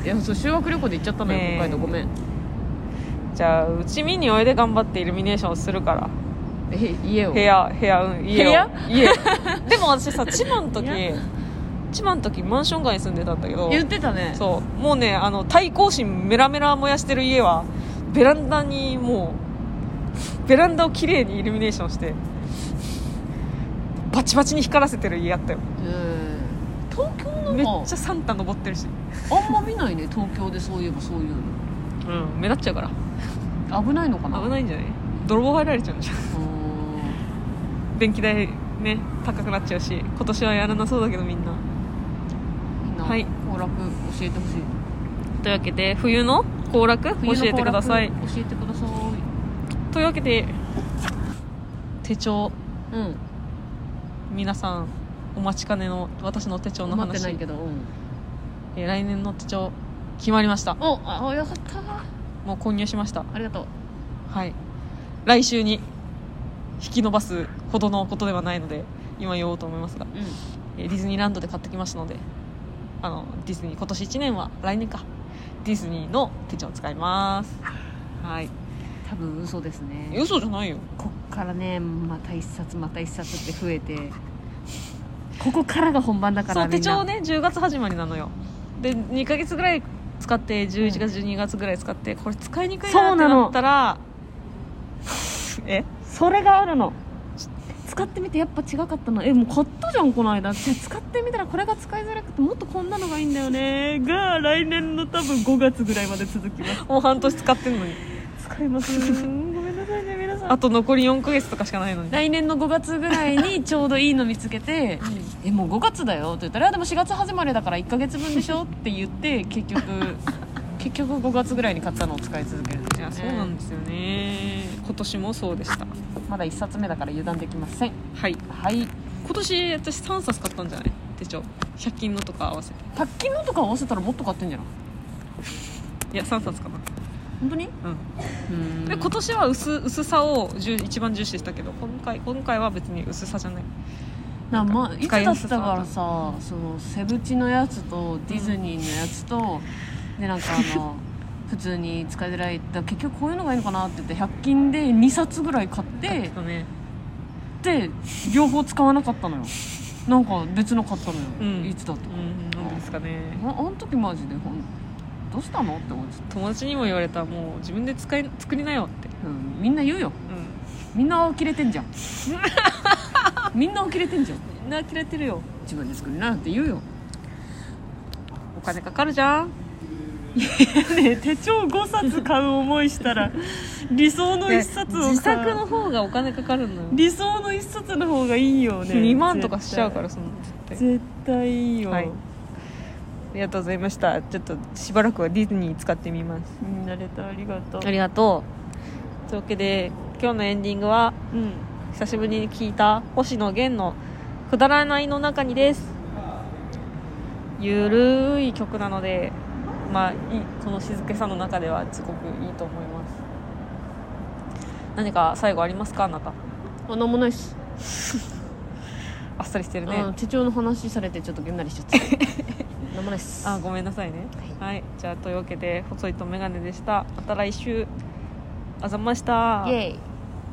いやそう修学旅行で行っちゃったのよ、 ね、 北海道ごめん。 じゃあうち見においで頑張ってイルミネーションするから。 え家を部屋部屋うん家を部屋家でも私さ千葉の時千葉の時マンション街に住んでたんだけど言ってたね。 そうもうねあの対抗心メラメラ燃やしてる家はベランダにもうベランダをきれいにイルミネーションしてバチバチに光らせてる家あったよ。 うん東京のめっちゃサンタ登ってるし。 あんま見ないね東京でそういえばそういうの。 うん目立っちゃうから危ないのかな。 危ないんじゃない。泥棒入られちゃうんじゃん電気代ね高くなっちゃうし今年はやらなそうだけどみんなみんなはい行楽教えてほしい。 というわけで冬の行楽教えてください。 教えてください。 というわけで手帳、 うん、 皆さんお待ちかねの私の手帳の話。 待ってないけど、うんえー、来年の手帳決まりました。 おあよかった。 もう購入しました。 ありがとう。 はい来週に引き延ばすほどのことではないので今言おうと思いますが、うん、えー、ディズニーランドで買ってきましたのであのディズニー今年いちねんは来年かディズニーの手帳を使います。はい多分嘘ですね。 嘘じゃないよ。 こっからねまた一冊また一冊って増えてここからが本番だから。 そう手帳ねじゅうがつ始まりなのよ。でにかげつぐらい使ってじゅういちがつ、うん、じゅうにがつぐらい使ってこれ使いにくいなってなったらえそれがあるの。使ってみてやっぱ違かったの。えもう買ったじゃんこの間。使ってみたらこれが使いづらくてもっとこんなのがいいんだよねが来年の多分ごがつぐらいまで続きます。 もう半年使ってんのに使いますごめんなさいね皆さん。 あと残りよんかげつとかしかないのに来年のごがつぐらいにちょうどいいの見つけて、うん、えもうごがつだよって言ったらでもしがつ始まりだからいっかげつぶんでしょって言って結局結局ごがつぐらいに買ったのを使い続ける。 いやそうなんですよね。今年もそうでした。 まだいっさつめだから油断できません。 はいはい。 今年私さんさつ買ったんじゃない手帳。ひゃく均のとか合わせてひゃく均のとか合わせたらもっと買ってんじゃない。 いやさんさつかな。 本当に。 うん。で今年は 薄, 薄さを一番重視したけど今回今回は別に薄さじゃない。 なまあ、いつだったからさそのセブチのやつとディズニーのやつと、うん、でなんかあの普通に使いづらいだ結局こういうのがいいのかなって言ってひゃく均でにさつぐらい買って、ね、で両方使わなかったのよ。なんか別の買ったのよ、うん、いつだったか、 うん、なんですかね。 あ, あの時マジでほんどうしたのって思って友達にも言われた。もう自分で使い作りなよって、 うん、みんな言うよ、うん、みんな呆れてんじゃんみんな呆れてんじゃん。 みんな呆れてるよ。 自分で作りなって言うよ。 お金かかるじゃんいやね手帳ごさつ買う思いしたら理想のいっさつをさ自作の方がお金かかるのよ。 理想のいっさつの方がいいよね。 にまんとかしちゃうからその絶対絶対いいよ、 はい、ありがとうございました。ちょっとしばらくはディズニー使ってみます。 みんなレターありがとう。 ありがとう。というわけで今日のエンディングは、うん、久しぶりに聴いた星野源のくだらないの中にです。ゆるい曲なのでまあいいこの静けさの中ではすごくいいと思います。何か最後ありますかあなた。 あなんもないっすあっさりしてるね。 手帳の話されてちょっとげんなりしちゃったなんもないっす。 あごめんなさいね、はい、はい、じゃあというわけで細いとメガネでした。また来週あざました。 イエイ。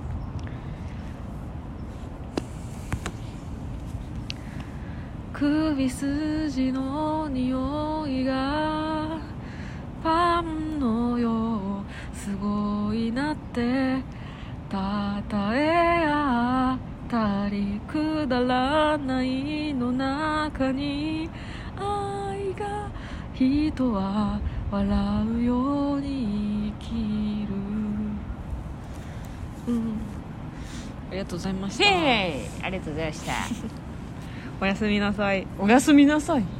首筋の匂いがパンのようすごいなってたたえあたりくだらないの中に愛が人は笑うように生きる。うんありがとうございました。 へーありがとうございましたおやすみなさい。 おやすみなさい。